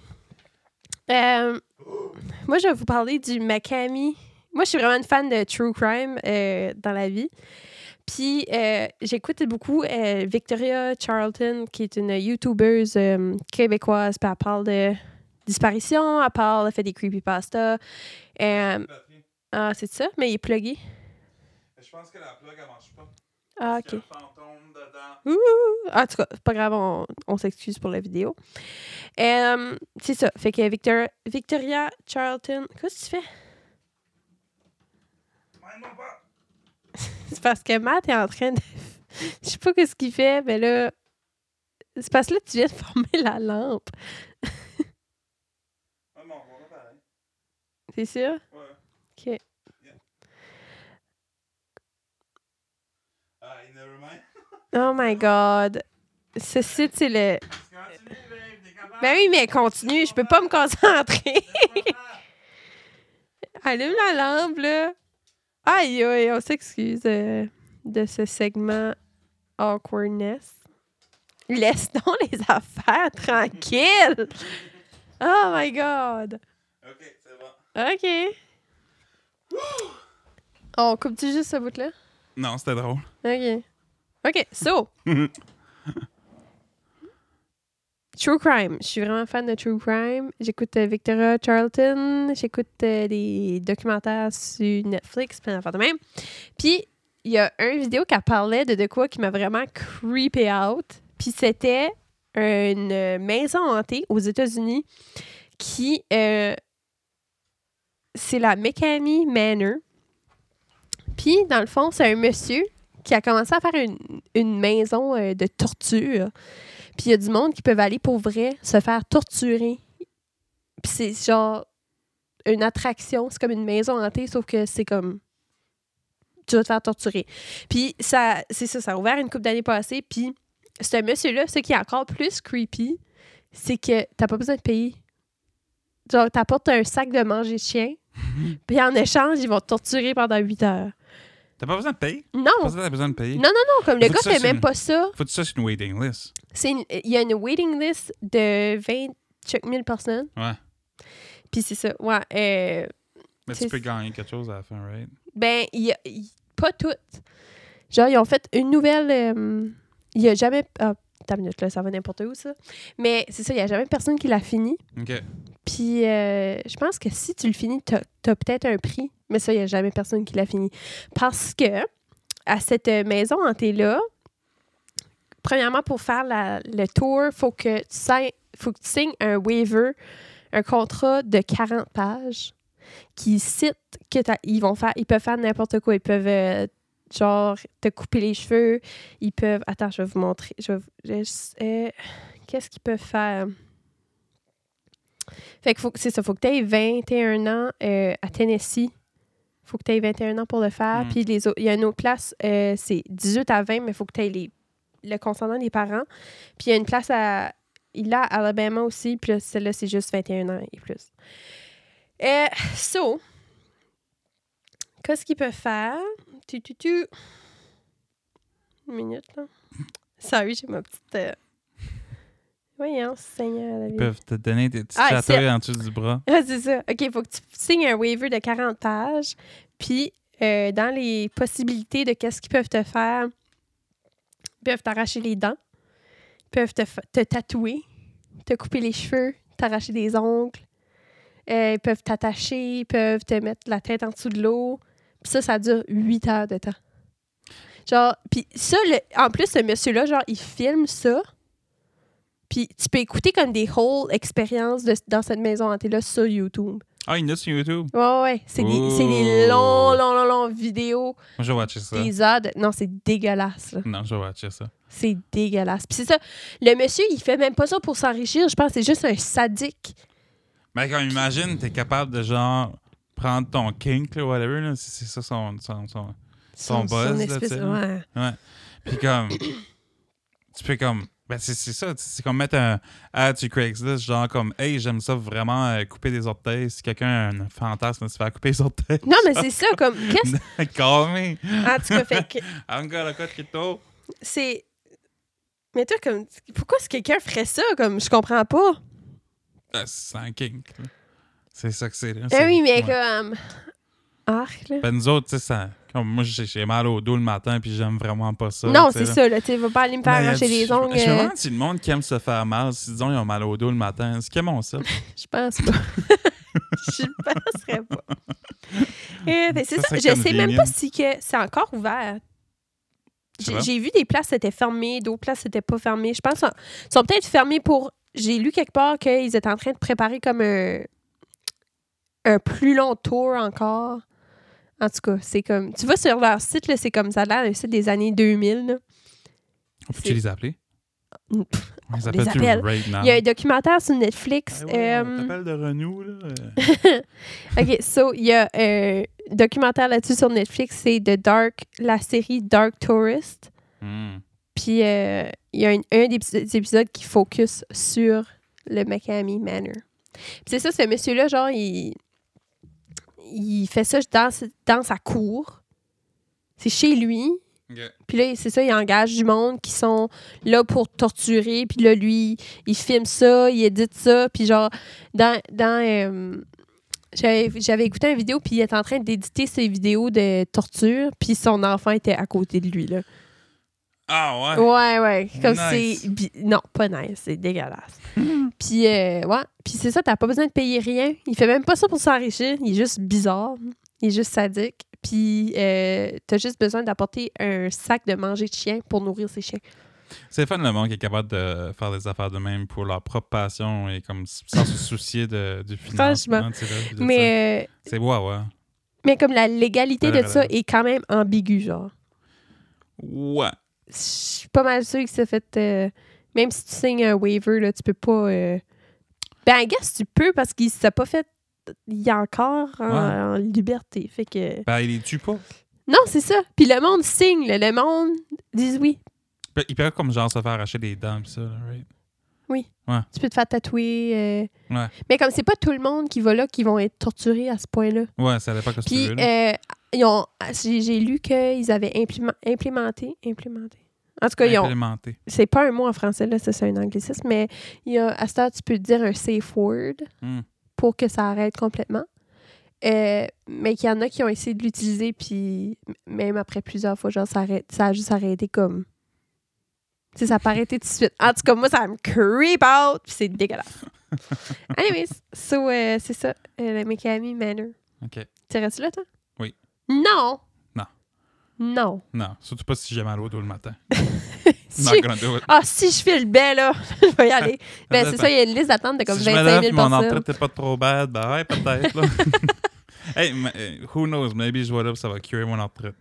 moi, je vais vous parler du Makami. Moi, je suis vraiment une fan de true crime dans la vie. Puis, j'écoute beaucoup Victoria Charlton, qui est une YouTubeuse québécoise. Puis, elle parle de disparition, elle fait des creepypasta. Ah, c'est ça? Mais il est plugué. Je pense que la plug, elle marche pas. Ah, OK. Il y a un fantôme dedans. Ouh! En tout cas, c'est pas grave, on s'excuse pour la vidéo. C'est ça. Fait que Victoria Charlton... Qu'est-ce que tu fais? Même pas. C'est parce que Matt est en train de... Je sais pas ce qu'il fait, mais là... C'est parce que là, tu viens de former la lampe. Ah non, on va pareil. C'est sûr? Ouais. OK. Yeah. Ah, never mind. Oh my God. Ce site, c'est le... Continue, babe, t'es capable. Ben oui, mais continue. Je peux pas me concentrer. Allume la lampe, là. Aïe, aïe, on s'excuse de ce segment awkwardness. Laisse donc les affaires tranquilles. Oh my God. OK, c'est bon. OK. On coupe-tu juste ce bout-là? Non, c'était drôle. OK. OK, so. True crime. Je suis vraiment fan de True crime. J'écoute Victoria Charlton. J'écoute des documentaires sur Netflix, plein d'affaires de même. Puis, il y a une vidéo qui parlait de quoi qui m'a vraiment creepé out. Puis, c'était une maison hantée aux États-Unis qui... c'est la McCamey Manor. Puis, dans le fond, c'est un monsieur qui a commencé à faire une maison de torture. Puis il y a du monde qui peuvent aller pour vrai se faire torturer. Puis c'est genre une attraction. C'est comme une maison hantée, sauf que c'est comme... Tu vas te faire torturer. Puis ça, c'est ça, ça a ouvert une couple d'années passées. Puis ce monsieur-là, ce qui est encore plus creepy, c'est que t'as pas besoin de payer. Genre, t'apportes un sac de manger de chien, puis en échange, ils vont te torturer pendant 8 heures. T'as pas besoin de payer? Non! Pas t'as besoin de payer? Non, comme le Faut gars que ça, fait c'est même pas ça. Faut que ça, c'est une waiting list. Il y a une waiting list de 20 000 personnes. Ouais. Puis c'est ça, ouais. Mais tu peux gagner quelque chose à la fin, right? Ben, pas toutes. Genre, ils ont fait une nouvelle... il y a jamais... Ah, ta minute, là, ça va n'importe où, ça. Mais c'est ça, il y a jamais personne qui l'a fini. OK. Puis je pense que si tu le finis, t'as peut-être un prix. Mais ça, il y a jamais personne qui l'a fini. Parce que à cette maison hantée-là, premièrement, pour faire le tour, faut que tu signes un waiver, un contrat de 40 pages qui cite que ils peuvent faire n'importe quoi. Ils peuvent, genre, te couper les cheveux. Ils peuvent... Attends, je vais vous montrer. Qu'est-ce qu'ils peuvent faire? Fait que c'est ça. Faut que tu aies 21 ans à Tennessee. Faut que tu aies 21 ans pour le faire. Puis il y a une autre place, c'est 18 à 20, mais il faut que tu aies le consentement des parents. Puis il y a une place à Alabama aussi. Puis là, celle-là, c'est juste 21 ans et plus. Qu'est-ce qu'ils peuvent faire? Une minute, là. Sorry, j'ai ma petite... Voyons, Seigneur. La vie. Ils peuvent te donner des petits chatouilles en dessous du bras. Ah, c'est ça. OK, il faut que tu signes un waiver de 40 pages. Puis, dans les possibilités de qu'est-ce qu'ils peuvent te faire, ils peuvent t'arracher les dents, ils peuvent te tatouer, te couper les cheveux, t'arracher des ongles, ils peuvent t'attacher, ils peuvent te mettre la tête en dessous de l'eau. Puis ça dure 8 heures de temps. Genre, puis ça, en plus, ce monsieur-là, genre, il filme ça. Puis tu peux écouter comme des whole expériences dans cette maison hantée-là sur YouTube. Ah, il y en a sur YouTube? Ouais. C'est des longs vidéos. Moi, je vais watcher ça. Des heures de... Non, c'est dégueulasse, là. Non, je vais watcher ça. C'est dégueulasse. Puis c'est ça. Le monsieur, il fait même pas ça pour s'enrichir. Je pense que c'est juste un sadique. Mais quand imagine, t'es capable de genre prendre ton kink, là, whatever, là. C'est ça son buzz, là, tu sais. Ouais. Puis comme... tu peux comme... Ben, c'est ça. C'est comme mettre un ad sur Craigslist, genre comme, hey, j'aime ça vraiment couper des orteils. Si quelqu'un a un fantasme de se faire couper les orteils. Non, mais c'est ça, comme, qu'est-ce... Call me. En tout cas, fait que... I'm gonna cut crypto. C'est... Mais toi, comme, pourquoi est-ce que quelqu'un ferait ça? Comme, je comprends pas. C'est un kink, là. C'est ça que c'est, là. Ah oui, mais comme... Arc, là. Ben, nous autres, tu sais, ça... Comme moi, j'ai mal au dos le matin, puis j'aime vraiment pas ça. Non, c'est ça, là. Tu vas pas aller me faire arracher les ongles. Je me demande si le monde qui aime se faire mal, si disons, ils ont mal au dos le matin, est-ce qu'ils aiment ça? Je pense pas. Je penserais pas. Ben, c'est ça. Je sais même pas si c'est encore ouvert. J'ai vu des places qui étaient fermées, d'autres places qui n'étaient pas fermées. Je pense qu'ils sont peut-être fermés pour... J'ai lu quelque part qu'ils étaient en train de préparer comme un plus long tour encore En tout cas, c'est comme... Tu vas sur leur site, là, c'est comme ça a l'air un site des années 2000. Là. Peux-tu les appeler? On Ils les appelle. Right Now. Il y a un documentaire sur Netflix. On t'appelle de Renault, là. OK, so, il y a un documentaire là-dessus sur Netflix, c'est la série Dark Tourist. Puis, il y a un des épisodes qui focus sur le McCamey Manor. Puis c'est ça, ce monsieur-là, genre, il fait ça dans sa cour. C'est chez lui. Okay. Puis là, c'est ça, il engage du monde qui sont là pour torturer. Puis là, lui, il filme ça, il édite ça. Puis genre, j'avais écouté une vidéo, puis il était en train d'éditer ses vidéos de torture. Puis son enfant était à côté de lui, là. Ah ouais? Ouais. Comme nice. Non, pas nice. C'est dégueulasse. Puis, ouais. Puis c'est ça, t'as pas besoin de payer rien. Il fait même pas ça pour s'enrichir. Il est juste bizarre. Il est juste sadique. Puis, t'as juste besoin d'apporter un sac de manger de chien pour nourrir ses chiens. C'est fun le monde qui est capable de faire des affaires de même pour leur propre passion et comme sans se soucier du financement. Mais... c'est ouais. Mais comme la légalité de ça est quand même ambiguë, genre. Ouais. Je suis pas mal sûre que ça fait... même si tu signes un waiver, là, tu peux pas... Ben, I guess tu peux parce qu'il s'est pas fait... Il est encore en liberté, fait que... Ben, il les tue pas. Non, c'est ça. Puis le monde signe, là, le monde dit oui. Il peut comme genre se faire arracher des dents pis ça, là, right? Oui. Ouais. Tu peux te faire tatouer. Ouais. Mais comme c'est pas tout le monde qui va là qui vont être torturés à ce point-là. Ouais, ça dépend que tu Puis, veux. Là. j'ai lu qu'ils avaient implémenté. En tout cas, Implémenté. C'est pas un mot en français, là, ça, c'est un anglicisme, mais à ce temps, tu peux dire un safe word pour que ça arrête complètement. Mais qu'il y en a qui ont essayé de l'utiliser, puis même après plusieurs fois, genre, ça a juste arrêté comme... Tu sais, ça n'a pas arrêté tout de suite. En tout cas, moi, ça me creep out, puis c'est dégueulasse. Anyways, c'est ça, le McCamey Manor. OK. Tu restes là, toi? Oui. Non! Non. Non. Non, surtout pas si j'ai mal au dos le matin. Si je file bien, là, je vais y aller. Ben, c'est ça, il y a une liste d'attente de comme si 25 000 personnes. Si personnes. mon entrée n'était pas trop bad, ben ouais, peut-être. Là. Hey, who knows? Maybe je vois là, ça va curer mon entrée.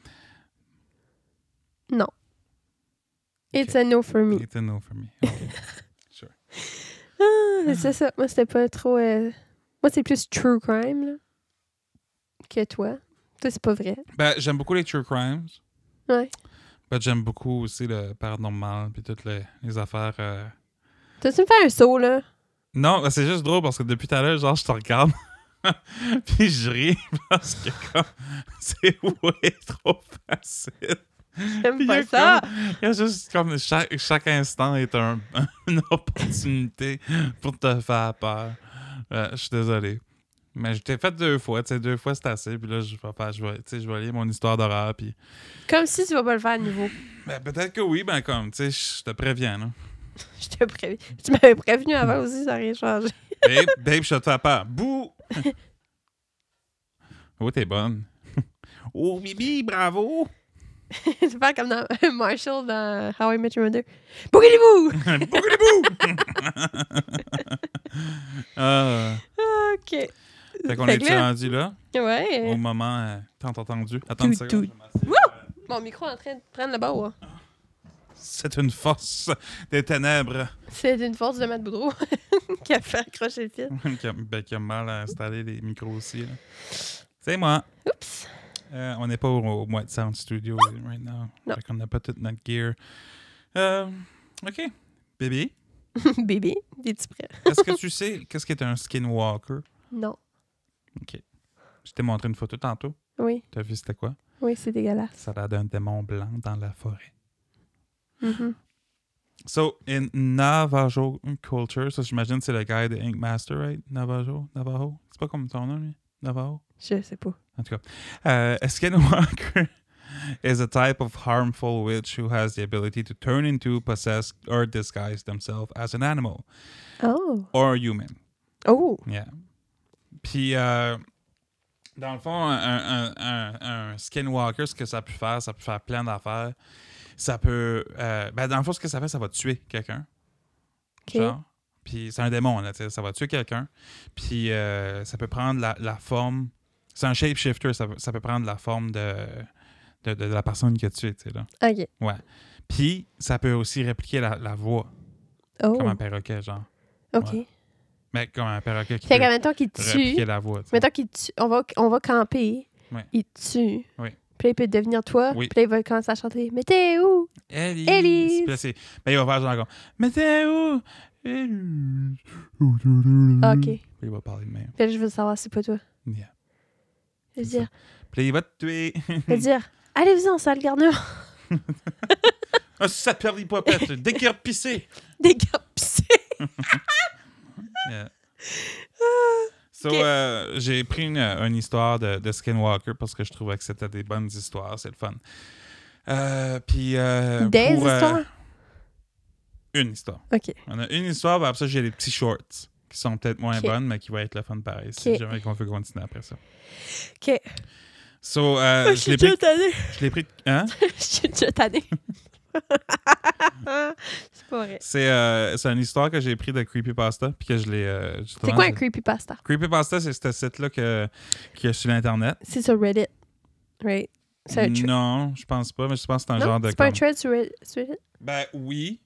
Non. It's a no for me. It's a no for me. Okay. Sure. C'est ça. Moi, c'était pas trop... Moi, c'est plus true crime, là, que toi. Toi, c'est pas vrai. Ben, j'aime beaucoup les true crimes. Ouais. Ben, j'aime beaucoup aussi le paranormal puis toutes les affaires... T'as-tu me fait un saut, là? Non, ben, c'est juste drôle parce que depuis tout à l'heure, genre, je te regarde puis je ris parce que comme c'est way trop facile. J'aime pas ça. Il y a juste comme chaque instant est une opportunité pour te faire peur. Je suis désolé. Mais je t'ai fait 2 fois. Tu sais, 2 fois, c'est assez. Puis là, je vais lire mon histoire d'horreur. Puis... Comme si tu vas pas le faire à nouveau. Ben, peut-être que oui. Ben, comme, tu sais, je te préviens. Là. Je te préviens. Tu m'avais prévenu avant aussi, ça n'a rien changé. Babe, je te fais peur. Bouh! Oh, t'es bonne. Oh, Bibi, bravo! Tu fais comme dans Marshall dans How I Met Your Mother. Bougez-les-vous! OK. Fait qu'on est-tu rendu là? Ouais. Au moment tant entendu. Attends une seconde. Mon micro est en train de prendre le bord. C'est une force des ténèbres. C'est une force de Matt Boudreau qui a fait accrocher le fil. qui a mal à installer les micros aussi. Là. C'est moi. Oups. On n'est pas au White Sound Studio right now. Non. Fait qu'on n'a pas toute notre gear. OK. Bébé. Bébé, es-tu prêt? Est-ce que tu sais qu'est-ce qu'est un skinwalker? Non. OK. Je t'ai montré une photo tantôt. Oui. T'as vu c'était quoi? Oui, c'est dégueulasse. Ça a l'air d'un démon blanc dans la forêt. Mm-hmm. So, in Navajo culture, ça j'imagine c'est le gars de Ink Master, right? Navajo? C'est pas comme ton nom, lui? Navajo? Je sais pas. En tout cas. A skinwalker is a type of harmful witch who has the ability to turn into, possess, or disguise themselves as an animal. Oh. Or human. Oh. Yeah. Puis, dans le fond, un skinwalker, ce que ça peut faire plein d'affaires. Ça peut... dans le fond, ce que ça fait, ça va tuer quelqu'un. OK. Genre. Puis c'est un démon, là, ça va tuer quelqu'un. Puis ça peut prendre la forme C'est un shapeshifter, ça peut prendre la forme de la personne que tu es, tu sais, là. OK. Ouais. Puis, ça peut aussi répliquer la voix, comme un perroquet, genre. OK. Ouais. Mais comme un perroquet qui Fait peut que, mettons qu'il répliquer tue. la voix, tu sais. Mettons qu'il tue. On va camper. Ouais. Il tue. Oui. Puis là, il peut devenir toi. Oui. Puis là, il va commencer à chanter « Mais t'es où? Élise! Élise! Puis là, il va faire genre comme « Mais t'es où? Élise! » OK. Puis il va parler de même. Puis là, je veux savoir, c'est pas toi. Yeah. Je veux C'est dire... Puis là, il va te tuer. Je veux dire... Allez-y, on sale garnement. Ah, ça perd les popettes. Déguerpissé. Déguerpissé. Yeah. So, j'ai pris une histoire de Skinwalker parce que je trouvais que c'était des bonnes histoires. C'est le fun. Puis Des pour, histoires? Une histoire. OK. On a une histoire, puis après ça, j'ai des petits shorts qui sont peut-être moins bonnes, mais qui vont être le fun pareil. Si jamais qu'on veut continuer après ça. OK. So, je suis déjà tannée. Je l'ai pris... Hein? Je suis déjà tannée. C'est pas vrai. C'est une histoire que j'ai pris de Creepypasta, puis que je l'ai... C'est quoi un creepypasta? Creepypasta, c'est ce site-là qu'il y a sur l'Internet. C'est sur Reddit, right? C'est un Non, je pense pas, mais je pense que c'est un genre de... c'est pas un thread sur Reddit? Ben oui.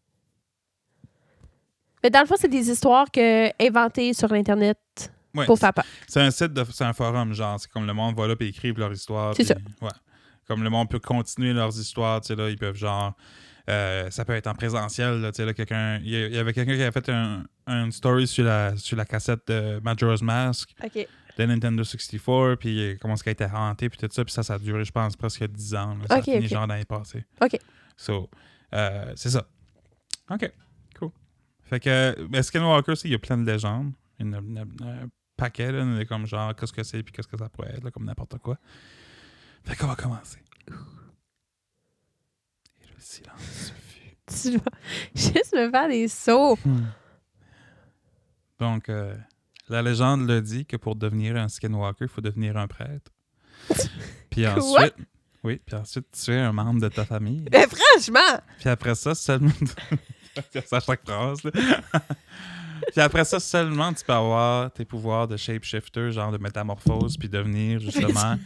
Mais dans le fond, c'est des histoires inventées sur l'Internet pour faire peur. C'est un site, c'est un forum, genre. C'est comme le monde va là et écrivent leur histoire. C'est ça. Ouais. Comme le monde peut continuer leurs histoires, tu sais, là, ils peuvent genre... ça peut être en présentiel, là, tu sais, là, quelqu'un... Il y avait quelqu'un qui avait fait une story sur la cassette de Majora's Mask OK. de Nintendo 64, puis comment ça a été hanté, puis tout ça, puis ça a duré, je pense, presque 10 ans. Là, ça a fini genre l'année passée. OK. So, c'est ça. OK, cool. Fait que, Skinwalker, il y a plein de légendes. Il y a un paquet, là, comme genre, qu'est-ce que c'est, puis qu'est-ce que ça pourrait être, là, comme n'importe quoi. Fait qu'on va commencer. Et le silence se fut. Tu vas juste me faire des sauts. Donc, la légende le dit que pour devenir un Skinwalker, il faut devenir un prêtre. Puis ensuite... Oui, puis ensuite, tu es un membre de ta famille. Mais franchement! Puis après ça, seulement... C'est à chaque phrase, là. Puis après ça, seulement, tu peux avoir tes pouvoirs de shapeshifter, genre de métamorphose, puis devenir, justement,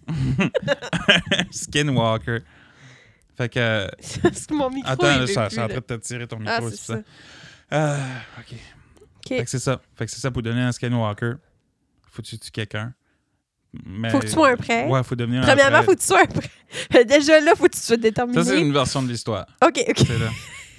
Skinwalker. Fait que... Parce que mon micro, Attends, je suis en train de te tirer ton micro, c'est c'est ça. OK. Fait que c'est ça. Fait que c'est ça, pour devenir un Skinwalker, faut que tu tues quelqu'un. Mais... Faut que tu sois un prêtre. Ouais, faut devenir Premièrement, un prêtre. faut que tu sois un prêtre. Déjà là, faut que tu sois déterminé. Ça, c'est une version de l'histoire. OK. C'est là.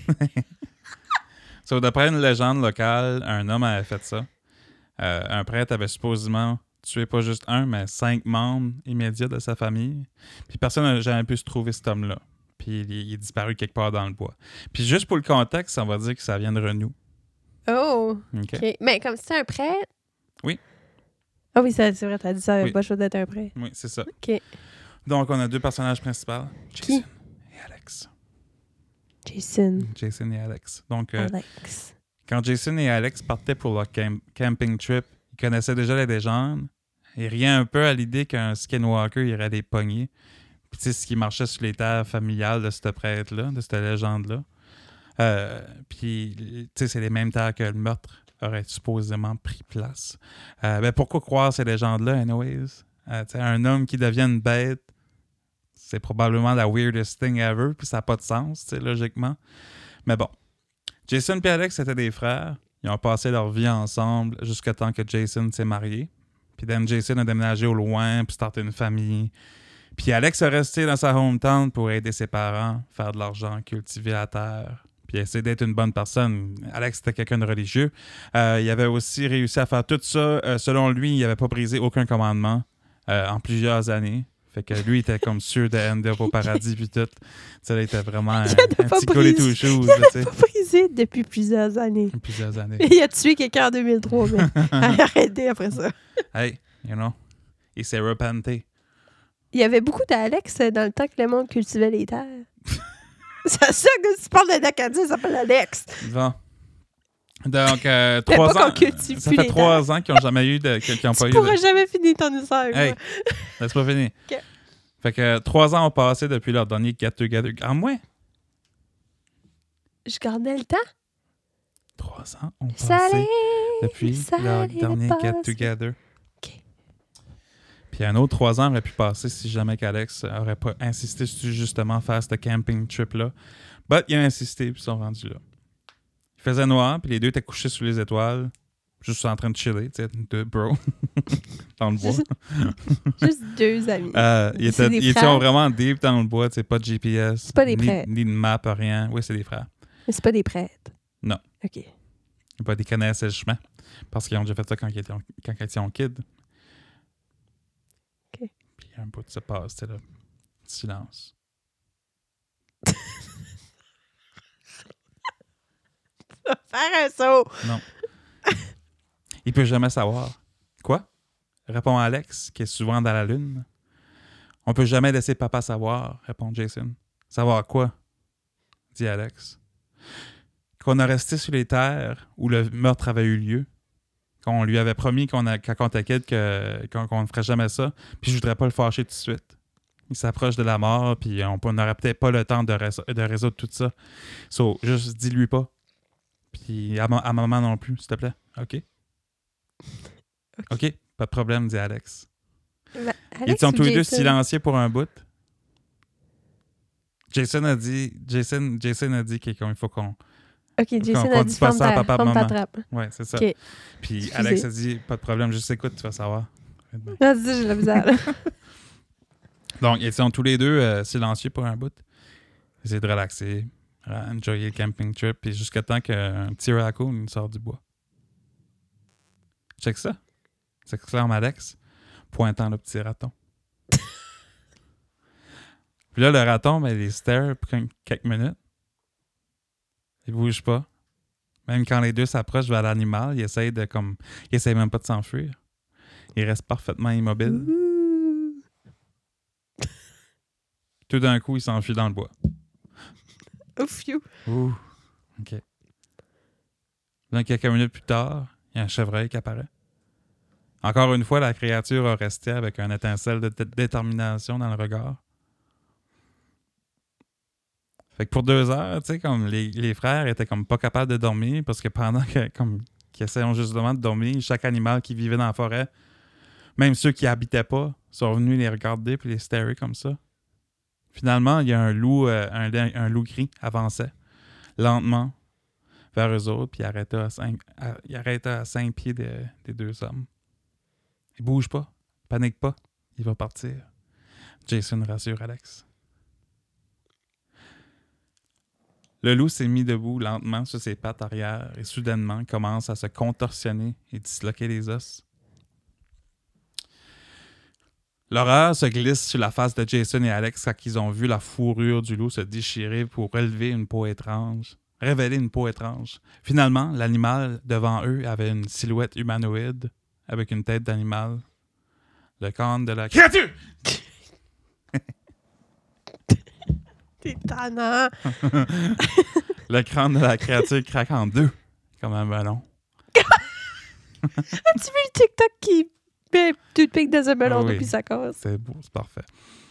So, d'après une légende locale, un homme avait fait ça. Un prêtre avait supposément tué pas juste un, mais 5 membres immédiats de sa famille. Puis personne n'a jamais pu se trouver cet homme-là. Puis il est disparu quelque part dans le bois. Puis juste pour le contexte, on va dire que ça vient de Renou. Oh! OK. OK. Mais comme si c'était un prêtre? Oui. Ah oui, c'est vrai, t'as dit ça, Oui. pas chaud d'être un prêtre. Oui, c'est ça. OK. Donc, on a 2 personnages principaux. Jason et Alex. Jason et Alex. Donc, Alex. quand Jason et Alex partaient pour leur camping trip, ils connaissaient déjà les légendes et riaient un peu à l'idée qu'un Skinwalker irait les pogner. Puis, tu sais, ce qui marchait sur les terres familiales de ce prêtre-là, de cette légende-là. Puis, tu sais, c'est les mêmes terres que le meurtre aurait supposément pris place. Ben, pourquoi croire ces légendes-là, anyways? Un homme qui devient une bête, c'est probablement la weirdest thing ever, puis ça n'a pas de sens, logiquement. Mais bon. Jason et Alex étaient des frères. Ils ont passé leur vie ensemble jusqu'à temps que Jason s'est marié. Puis Jason a déménagé au loin, puis starté une famille. Puis Alex est resté dans sa hometown pour aider ses parents, faire de l'argent, cultiver la terre, puis essayer d'être une bonne personne. Alex était quelqu'un de religieux. Il avait aussi réussi à faire tout ça. Selon lui, il n'avait pas brisé aucun commandement en plusieurs années. Fait que lui, il était comme sûr de end up au paradis, puis tout. Ça, il était vraiment un petit collet tout chose. Il n'a pas brisé depuis plusieurs années. Plusieurs années. Il a tué quelqu'un en 2003, mais il a arrêté après ça. Hey, you know, il s'est repenté. Il y avait beaucoup d'Alex dans le temps que le monde cultivait les terres. C'est ça que tu parles d'un Acadien, ça s'appelle Alex. Bon. Donc, 3 ans. Ça fait 3 ans qu'ils n'ont jamais eu qu'ils n'ont pas eu. Tu pourras jamais finir ton histoire. Hey, laisse pas finir. Okay. Fait que 3 ans ont passé depuis leur dernier get-together. Ah, moi? Je gardais le temps. 3 ans ont passé depuis leur dernier get-together. OK. Puis un autre 3 ans aurait pu passer si jamais qu'Alex aurait pas insisté sur justement faire ce camping trip-là. But il a insisté, puis ils sont rendus là. Il faisait noir, puis les deux étaient couchés sous les étoiles, juste en train de chiller, tu sais, deux bros, dans le bois. Juste deux amis. Ils étaient vraiment deep dans le bois, tu sais, pas de GPS. C'est pas des prêtres. Ni de map, rien. Oui, c'est des frères. Mais c'est pas des prêtres. Non. OK. Ils connaissaient le chemin, parce qu'ils ont déjà fait ça quand ils étaient kids. OK. Puis un bout de se passe, c'était là. Silence. Faire un saut! Non. Il peut jamais savoir. Quoi? Répond Alex, qui est souvent dans la lune. On peut jamais laisser papa savoir, répond Jason. Savoir quoi? Dit Alex. Qu'on a resté sur les terres où le meurtre avait eu lieu. Qu'on lui avait promis quand on était kid qu'on ne ferait jamais ça. Puis je voudrais pas le fâcher tout de suite. Il s'approche de la mort, puis on n'aurait peut-être pas le temps de résoudre tout ça. So, juste dis-lui pas. Puis à maman non plus, s'il te plaît. OK? OK, pas de problème, dit Alex. Ils sont tous les deux silencieux pour un bout. Jason a dit qu'il faut qu'on... OK, Jason a dit pas ça à papa, ferme ta maman. trappe. Ouais, c'est ça. OK. Puis Excusez. Alex a dit, pas de problème, juste écoute, tu vas savoir. Vas-y, j'ai la misère. Donc, ils sont tous les deux silencieux pour un bout. Ils essaient de relaxer, enjoyer le camping trip, puis jusqu'à temps qu'un petit raccoon sort du bois. Check ça. S'exclame Alex, pointant le petit raton. Puis là, le raton, ben, il stare pour quelques minutes. Il bouge pas. Même quand les deux s'approchent vers l'animal, il essaye même pas de s'enfuir. Il reste parfaitement immobile. Tout d'un coup, il s'enfuit dans le bois. Ouf, you. Ouh, OK. Là, quelques minutes plus tard, il y a un chevreuil qui apparaît. Encore une fois, la créature a resté avec une étincelle de détermination dans le regard. Fait que pour 2 heures, tu sais, comme les frères étaient comme pas capables de dormir parce que pendant qu'ils essayaient justement de dormir, chaque animal qui vivait dans la forêt, même ceux qui habitaient pas, sont venus les regarder puis les starer comme ça. Finalement, il y a un loup gris avançait lentement vers eux autres, puis il arrêta à 5 pieds des deux hommes. Il bouge pas, panique pas, il va partir. Jason rassure Alex. Le loup s'est mis debout lentement sur ses pattes arrière et soudainement commence à se contorsionner et disloquer les os. L'horreur se glisse sur la face de Jason et Alex quand ils ont vu la fourrure du loup se déchirer pour révéler une peau étrange. Finalement, l'animal devant eux avait une silhouette humanoïde avec une tête d'animal. Le crâne de la créature! T'es tannant! Le crâne de la créature craque en deux, comme un ballon. As-tu vu le TikTok qui met tout de pique dans un melon depuis sa cause? C'est beau, c'est parfait.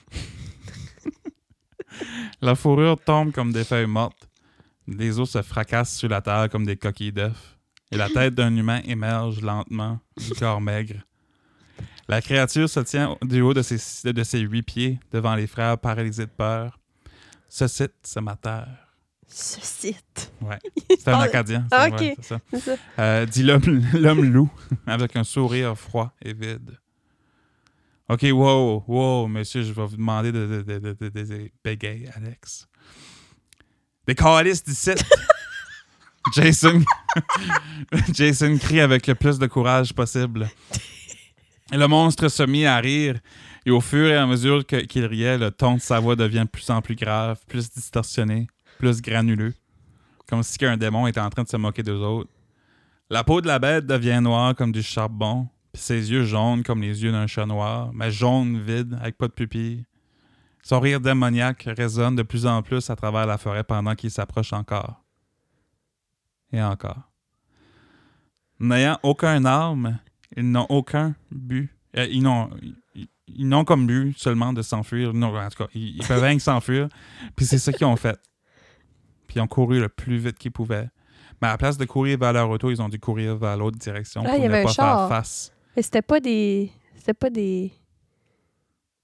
La fourrure tombe comme des feuilles mortes. Les os se fracassent sur la terre comme des coquilles d'œufs. Et la tête d'un humain émerge lentement du corps maigre. La créature se tient du haut de ses 8 pieds devant les frères paralysés de peur. Ce site, c'est ma terre. Ce site? Ouais. C'est un Acadien. Ah, OK. Ouais, c'est ça. C'est ça. Dit l'homme loup, avec un sourire froid et vide. OK, wow, monsieur, je vais vous demander de bégayer, Alex. Des calices d'ici! Jason crie avec le plus de courage possible. Et le monstre se mit à rire, et au fur et à mesure qu'il riait, le ton de sa voix devient de plus en plus grave, plus distorsionné, plus granuleux, comme si un démon était en train de se moquer d'eux autres. La peau de la bête devient noire comme du charbon, puis ses yeux jaunes comme les yeux d'un chat noir, mais jaune vide, avec pas de pupilles. Son rire démoniaque résonne de plus en plus à travers la forêt pendant qu'il s'approche encore. Et encore. N'ayant aucun arme, ils n'ont aucun but. Ils n'ont comme but seulement de s'enfuir. Non, en tout cas, ils peuvent rien que s'enfuir. Puis c'est ça qu'ils ont fait. Puis ils ont couru le plus vite qu'ils pouvaient. Mais à la place de courir vers leur auto, ils ont dû courir vers l'autre direction pour ne pas faire face. Mais c'était pas des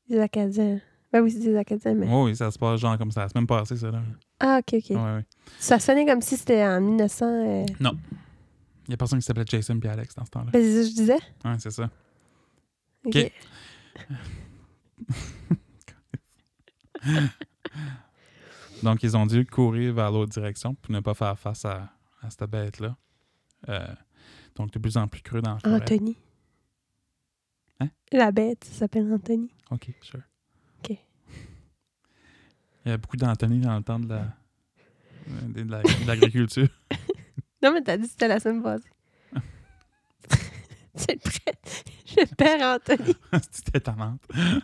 Des Acadiens. Ben oui, c'est des Acadiens, mais... Oh, oui, ça se passe genre comme ça. La semaine passée, ça, là. Ah, OK. Ouais. Ça sonnait comme si c'était en 1900... Non. Il y a personne qui s'appelait Jason et Alex dans ce temps-là. Ben, c'est ça que je disais. Ouais, c'est ça. OK. Donc, ils ont dû courir vers l'autre direction pour ne pas faire face à cette bête-là. Donc, de plus en plus creux dans la forêt. Anthony. Hein? La bête, ça s'appelle Anthony. OK, sure. OK. Il y a beaucoup d'Anthony dans le temps de l'agriculture. Non, mais t'as dit que c'était la semaine passée. C'est prêt. Je perds Anthony. C'était étonnante.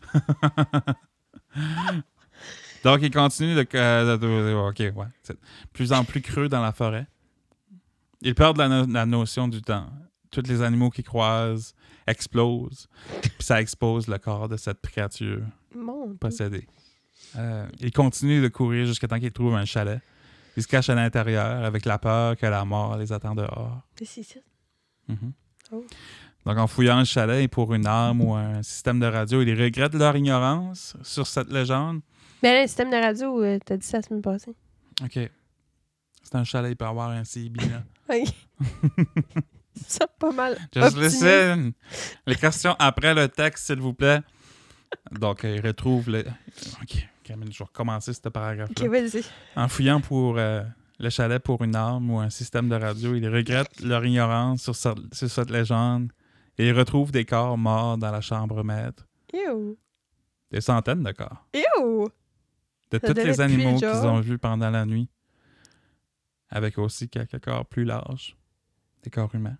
Donc, il continue OK, ouais. C'est plus en plus creux dans la forêt. Ils perdent la notion du temps. Tous les animaux qui croisent explosent. Puis ça expose le corps de cette créature possédée. Ils continuent de courir jusqu'à temps qu'ils trouvent un chalet. Ils se cachent à l'intérieur avec la peur que la mort les attend dehors. C'est ça. Mm-hmm. Oh. Donc, en fouillant le chalet pour une arme ou un système de radio, ils regrettent leur ignorance sur cette légende. Mais là, le système de radio, t'as dit ça la semaine passée. OK. C'est un chalet, il peut avoir un CB, là. OK. Ça, pas mal. Just listen. Les questions après le texte, s'il vous plaît. Donc, ils retrouvent le... OK, Camille, je vais recommencer ce paragraphe-là. OK, vas-y. En fouillant pour le chalet pour une arme ou un système de radio, ils regrettent leur ignorance sur cette légende et ils retrouvent des corps morts dans la chambre maître. Ew. Des centaines de corps. Ew. De Ça tous devait les animaux puer, qu'ils genre. ont vus pendant la nuit. Avec aussi quelques corps plus larges. Des corps humains.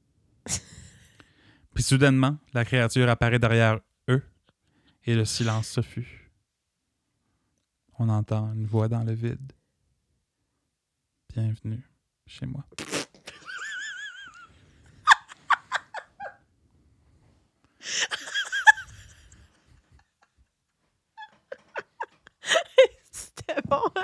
Puis soudainement, la créature apparaît derrière eux et le silence se fut. On entend une voix dans le vide. Bienvenue chez moi. C'était bon, hein?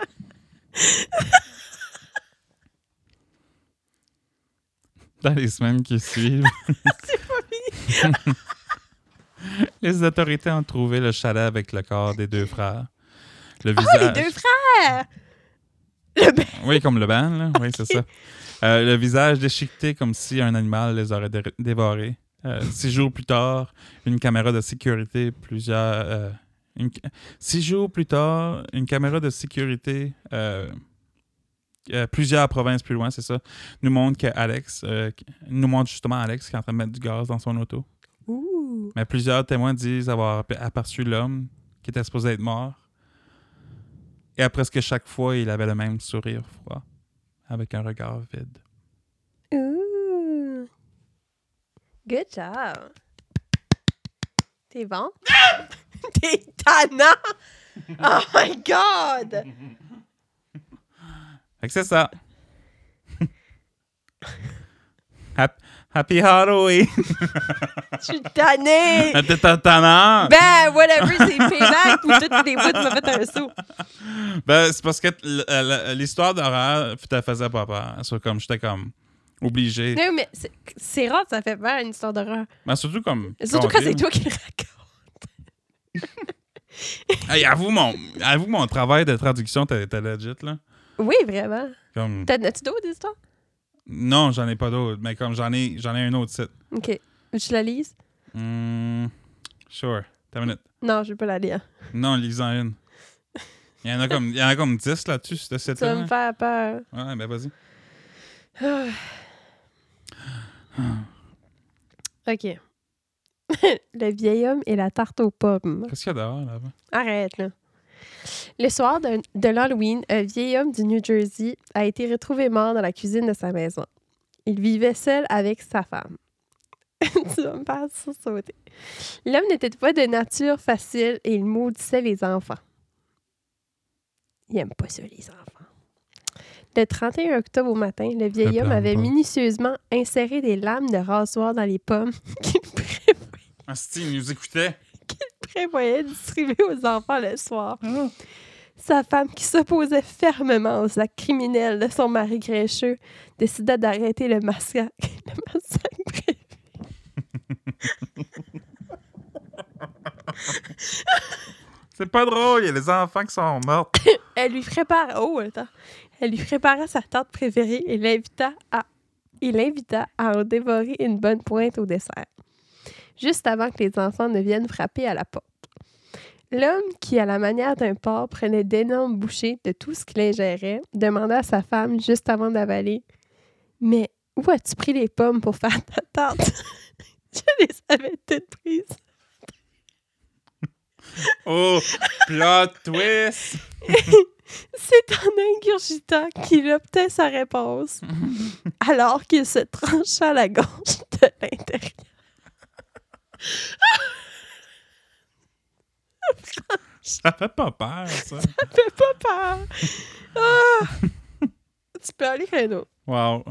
Dans les semaines qui suivent, C'est pas fini. les autorités ont trouvé le chalet avec le corps des deux frères. Le Oh, visage... les deux frères! Le ben... Oui, comme le ban, là. Oui, c'est ça. Le visage déchiqueté comme si un animal les aurait dévorés. 6 jours plus tard, une caméra de sécurité, plusieurs 6 jours plus tard, une caméra de sécurité, plusieurs provinces plus loin, c'est ça, nous montre justement Alex qui est en train de mettre du gaz dans son auto. Ouh. Mais plusieurs témoins disent avoir aperçu l'homme qui était supposé être mort. Et à presque chaque fois, il avait le même sourire froid, avec un regard vide. Ouh. Good job. T'es bon? T'es tannant! Oh my God! Fait que c'est ça. Happy Halloween! Je suis tannée! T'es tannant! Ben, whatever, c'est payback ou toutes les bouts m'a fait un saut. Ben, c'est parce que l'histoire d'horreur te faisait pas peur. C'est comme, j'étais comme obligé. Non, mais c'est rare que ça fait peur, une histoire d'horreur. Ben, surtout comme... Surtout quand c'est toi qui le racontes. Hey, avoue mon travail de traduction, t'es legit, là. Oui, vraiment. Comme... T'as-tu d'autres histoires? Non, j'en ai pas d'autres, mais comme j'en ai un autre site. OK. Veux que je la lise? Sure. T'as une minute. Non, je vais pas la lire. Non, lis-en une. Il y en a comme 10 là-dessus, sur ce site-là. Ça va me faire peur. Ouais, ben vas-y. OK. Le vieil homme et la tarte aux pommes. Qu'est-ce qu'il y a dehors, là-bas? Arrête, là. Le soir de l'Halloween, un vieil homme du New Jersey a été retrouvé mort dans la cuisine de sa maison. Il vivait seul avec sa femme. Tu vas me faire sauter. L'homme n'était pas de nature facile et il maudissait les enfants. Il aime pas ça, les enfants. Le 31 octobre au matin, le vieil homme avait minutieusement inséré des lames de rasoir dans les pommes qu'il il nous écoutait. prévoyait distribuer aux enfants le soir. Sa femme, qui s'opposait fermement aux actes criminels de son mari grincheux, décida d'arrêter le massacre prévu. C'est pas drôle, il y a les enfants qui sont morts. Elle lui prépare... Oh, attends. Elle lui prépara sa tarte préférée et l'invita à en dévorer une bonne pointe au dessert, juste avant que les enfants ne viennent frapper à la porte. L'homme, qui, à la manière d'un porc, prenait d'énormes bouchées de tout ce qu'il ingérait, demanda à sa femme, juste avant d'avaler, « Mais où as-tu pris les pommes pour faire ta tarte? » Je les avais toutes prises. Oh, plot twist! C'est en ingurgitant qu'il obtint sa réponse, alors qu'il se trancha la gorge de l'intérieur. Ça fait pas peur, ça. Ça fait pas peur. Ah! Tu peux aller, Renaud. Wow.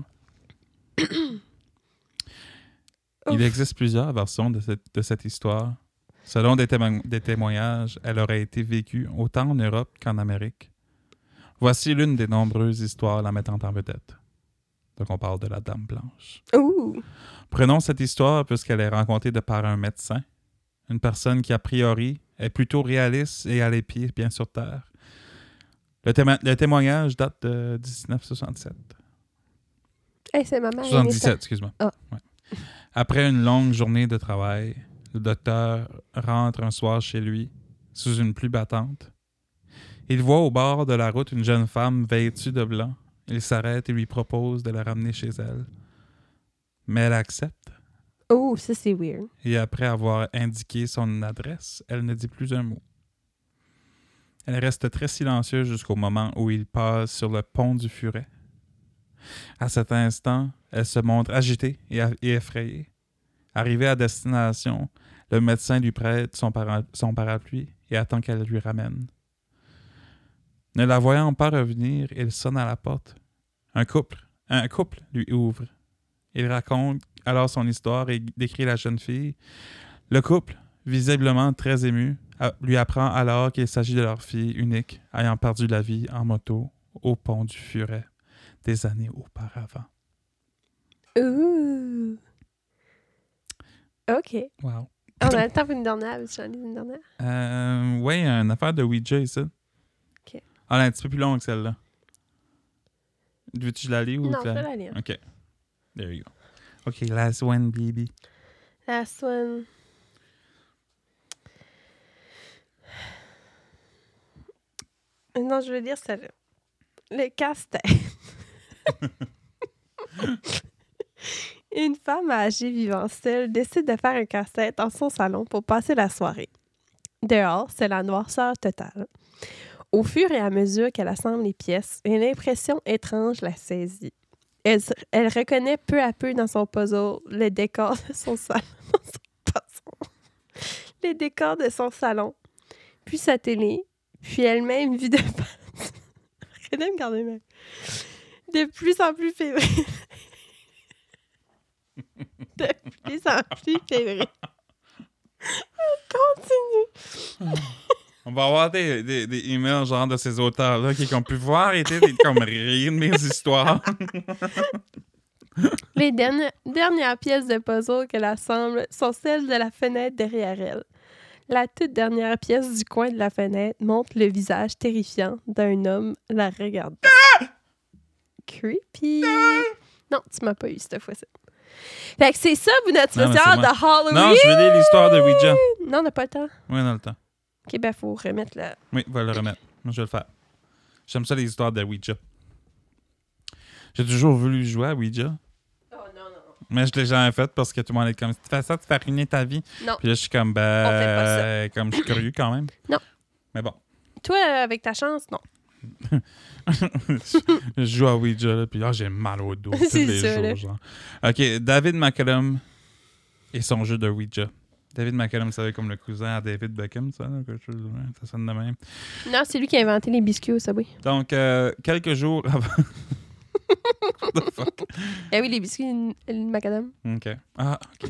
Il existe plusieurs versions de cette histoire. Selon des témoignages, elle aurait été vécue autant en Europe qu'en Amérique. Voici l'une des nombreuses histoires la mettant en vedette. Donc, on parle de la Dame Blanche. Ouh! Prenons cette histoire puisqu'elle est racontée de par un médecin, une personne qui, a priori, est plutôt réaliste et a les pieds bien sur terre. Le témoignage date de 1967. Hey, c'est ma mère. 77, excuse-moi. Ah. Ouais. Après une longue journée de travail, le docteur rentre un soir chez lui, sous une pluie battante. Il voit au bord de la route une jeune femme vêtue de blanc. Il s'arrête et lui propose de la ramener chez elle. Mais elle accepte. Oh, ça, c'est weird. Et après avoir indiqué son adresse, elle ne dit plus un mot. Elle reste très silencieuse jusqu'au moment où il passe sur le pont du Furet. À cet instant, elle se montre agitée et effrayée. Arrivée à destination, le médecin lui prête son parapluie et attend qu'elle lui ramène. Ne la voyant pas revenir, il sonne à la porte. Un couple lui ouvre. Il raconte alors son histoire et décrit la jeune fille. Le couple, visiblement très ému, lui apprend alors qu'il s'agit de leur fille unique ayant perdu la vie en moto au pont du Furet des années auparavant. Ouh! OK. Wow. On a le temps pour une dernière. J'en ai une dernière. Oui, une affaire de Ouija ici. OK. Ah, elle est un petit peu plus longue celle-là. Veux-tu que je la lis ou Non, tu je la vais la lire. OK. There you go. OK, last one, baby. Last one. Non, je veux dire celle-là. Le casse-tête. Une femme âgée vivant seule décide de faire un casse-tête dans son salon pour passer la soirée. Dehors, c'est la noirceur totale. Au fur et à mesure qu'elle assemble les pièces, une impression étrange la saisit. Elle reconnaît peu à peu dans son puzzle le décor de son salon. Les décors de son salon, puis sa télé, puis elle-même vue de face. René me garder même. De plus en plus fébrile. De plus en plus fébrile. Continue. On va avoir des emails genre de ces auteurs-là qui ont pu voir arrêter comme rire de mes histoires. Les dernières pièces de puzzle qu'elle assemble sont celles de la fenêtre derrière elle. La toute dernière pièce du coin de la fenêtre montre le visage terrifiant d'un homme la regardant. Creepy. Non, tu m'as pas eu cette fois-ci. Fait que c'est ça, notre spécial de Halloween. Non, je veux dire l'histoire de Ouija. Non, on n'a pas le temps. Oui, on a le temps. OK, ben, faut remettre la... Oui, va le remettre. Moi, je vais le faire. J'aime ça, les histoires de Ouija. J'ai toujours voulu jouer à Ouija. Oh, non. Mais je l'ai jamais fait parce que tout le monde est comme, si tu fais ça, tu fais ruiner ta vie. Non. Puis là, je suis comme, On fait pas ça. comme je suis curieux quand même. Non. Mais bon. Toi, avec ta chance, non. Je joue à Ouija, là, puis j'ai mal au dos tous C'est les ça, jours. là. Genre. OK, David McCallum et son jeu de Ouija. David McCallum, ça comme le cousin à David Beckham, ça, là, quelque chose, ouais, ça sonne de même. Non, c'est lui qui a inventé les biscuits au Subway. Donc, quelques jours avant... What the fuck? Eh oui, les biscuits macadam. OK. Ah, OK.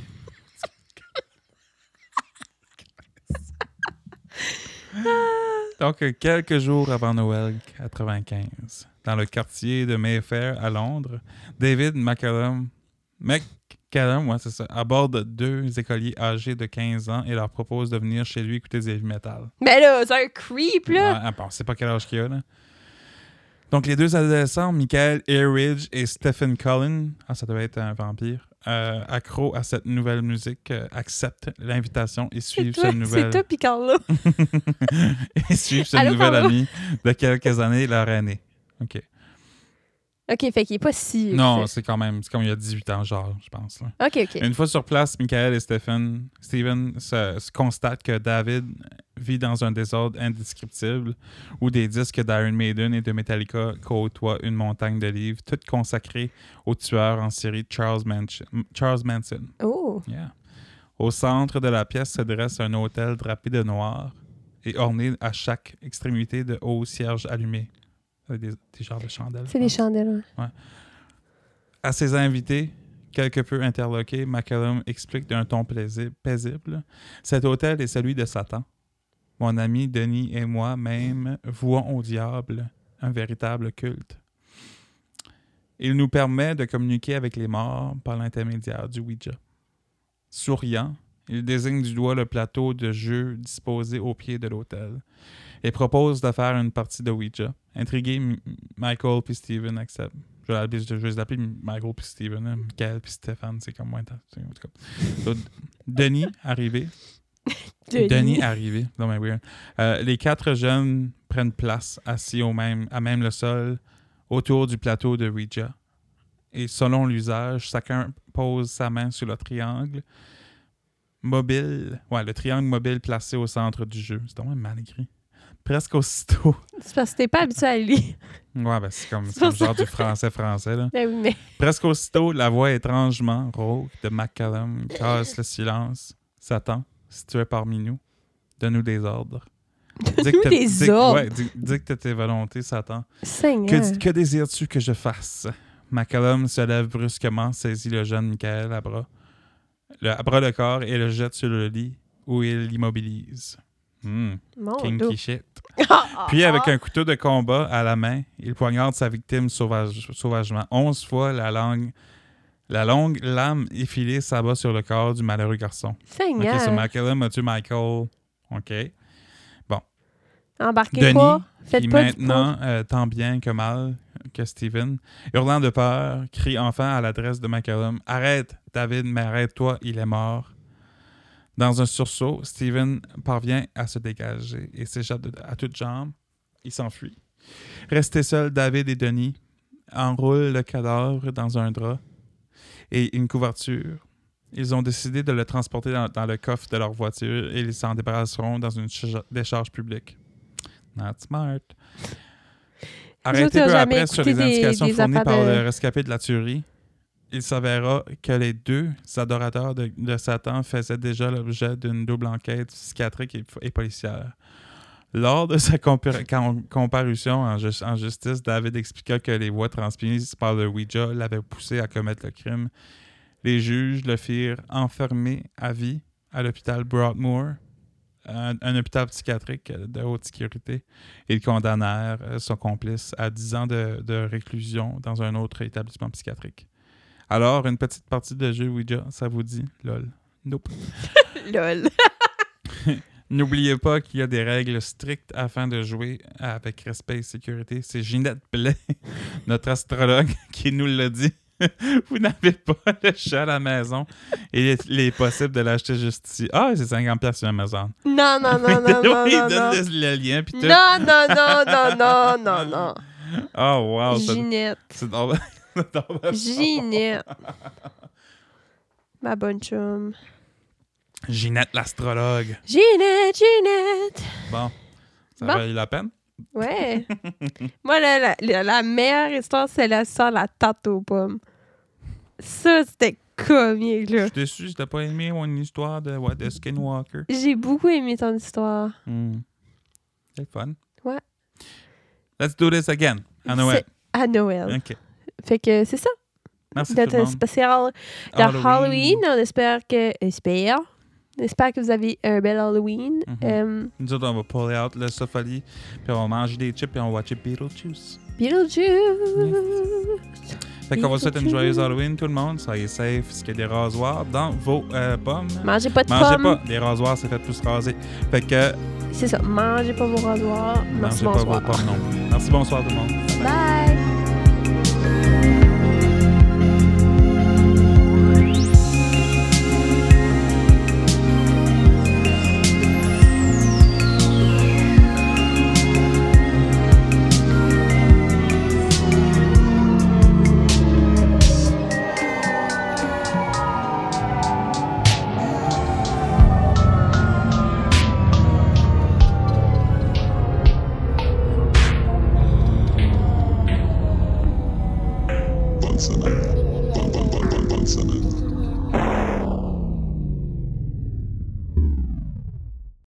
Donc, quelques jours avant Noël 95, dans le quartier de Mayfair à Londres, David McCallum McCallum, ouais, c'est ça, aborde 2 écoliers âgés de 15 ans et leur propose de venir chez lui écouter du heavy metal. Mais là, c'est un creep, là! Ah, bon, c'est pas quel âge qu'il a, là. Donc, les 2 adolescents, Michael Earridge et Stephen Cullen, ça doit être un vampire, accros à cette nouvelle musique, acceptent l'invitation et suivent ce nouvel... C'est toi, pis Carla. et suivent ce nouvel ami de quelques années, leur aîné. OK. OK, fait qu'il est pas si... Non, c'est comme il y a 18 ans, genre, je pense. Là. OK. Une fois sur place, Michael et Steven se constatent que David vit dans un désordre indescriptible où des disques d'Iron Maiden et de Metallica côtoient une montagne de livres, toutes consacrées au tueur en série Charles Manson. Oh! Yeah. Au centre de la pièce se dresse un autel drapé de noir et orné à chaque extrémité de hauts cierges allumés. Des genres de chandelles. C'est des chandelles, ouais. À ses invités, quelque peu interloqués, McCallum explique d'un ton paisible. Cet autel est celui de Satan. Mon ami Denis et moi-même vouons au diable un véritable culte. Il nous permet de communiquer avec les morts par l'intermédiaire du Ouija. Souriant, il désigne du doigt le plateau de jeu disposé au pied de l'autel et propose de faire une partie de Ouija. Intrigué, Michael puis Steven acceptent. Je vais les appeler Michael puis Steven. Hein? Michael puis Stéphane, c'est comme moi. Donc, Denis arrivé. Non, mais weird. Les 4 jeunes prennent place, assis à même le sol, autour du plateau de Ouija. Et selon l'usage, chacun pose sa main sur le triangle mobile. Ouais, le triangle mobile placé au centre du jeu. C'est vraiment mal écrit. Presque aussitôt. C'est parce que t'es pas habitué à lire. Ouais, ben c'est comme genre du français, là. Ben oui, mais... Presque aussitôt, la voix étrangement rauque de McCallum casse le silence. Satan, si tu es parmi nous, donne-nous des ordres. Donne-nous des ordres? Ouais, dicte tes volontés, Satan. Seigneur. Que désires-tu que je fasse? McCallum se lève brusquement, saisit le jeune Michael à bras le corps et le jette sur le lit où il l'immobilise. Kinky shit. Puis, avec un couteau de combat à la main, il poignarde sa victime sauvagement. 11 fois, la longue lame effilée s'abat sur le corps du malheureux garçon. Seigneur. OK, so McCallum a tué Michael. OK. Bon. Embarquez Denis, pas. Faites qui pas maintenant, tant bien que mal que Steven, hurlant de peur, crie enfin à l'adresse de McCallum. « Arrête, David, mais arrête-toi, il est mort. » Dans un sursaut, Steven parvient à se dégager et s'échappe à toutes jambes. Il s'enfuit. Restés seuls, David et Denis enroulent le cadavre dans un drap et une couverture. Ils ont décidé de le transporter dans le coffre de leur voiture et ils s'en débarrasseront dans une décharge publique. Not smart. Arrêté peu après sur les indications fournies par le rescapé de la tuerie, il s'avéra que les 2 adorateurs de Satan faisaient déjà l'objet d'une double enquête psychiatrique et policière. Lors de sa comparution en justice, David expliqua que les voix transmises par le Ouija l'avaient poussé à commettre le crime. Les juges le firent enfermer à vie à l'hôpital Broadmoor, un hôpital psychiatrique de haute sécurité, et le condamnèrent, son complice, à 10 ans de réclusion dans un autre établissement psychiatrique. Alors, une petite partie de jeu Ouija, ça vous dit? Lol. Nope. Lol. N'oubliez pas qu'il y a des règles strictes afin de jouer avec respect et sécurité. C'est Ginette Blais, notre astrologue, qui nous l'a dit. Vous n'avez pas le chat à la maison et il est possible de l'acheter juste ici. Ah, c'est 50$ sur Amazon. Non. Il donne le lien. Puis tout. Non. Oh, wow. Ginette. C'est drôle. Ginette. Ma bonne chum. Ginette l'astrologue. Ginette. Bon. Ça valait la peine? Ouais. Moi, la meilleure histoire, c'est l'histoire de la tarte aux pommes. Ça, c'était comique, là. Je suis déçu, je n'ai pas aimé mon histoire de Skinwalker. J'ai beaucoup aimé ton histoire. C'est fun. Ouais. Let's do this again. À Noël. À Noël. OK. Fait que c'est ça. Merci tout le monde. Spécial de Halloween. On espère que vous avez un bel Halloween. Nous autres, on va pull out le Sofali, puis on va manger des chips, puis on va watcher Beetlejuice. Beetlejuice. Fait qu'on va souhaiter une joyeuse Halloween, tout le monde. Soyez safe, parce qu'il y a des rasoirs dans vos pommes. Mangez pas de Mangez pommes. pas. Les rasoirs, c'est fait pour se raser. Fait que... C'est ça. Mangez pas vos rasoirs. Merci, mangez bonsoir. pas vos pommes non plus. Merci, bonsoir tout le monde. Bye! Bonne semaine. Bonne semaine.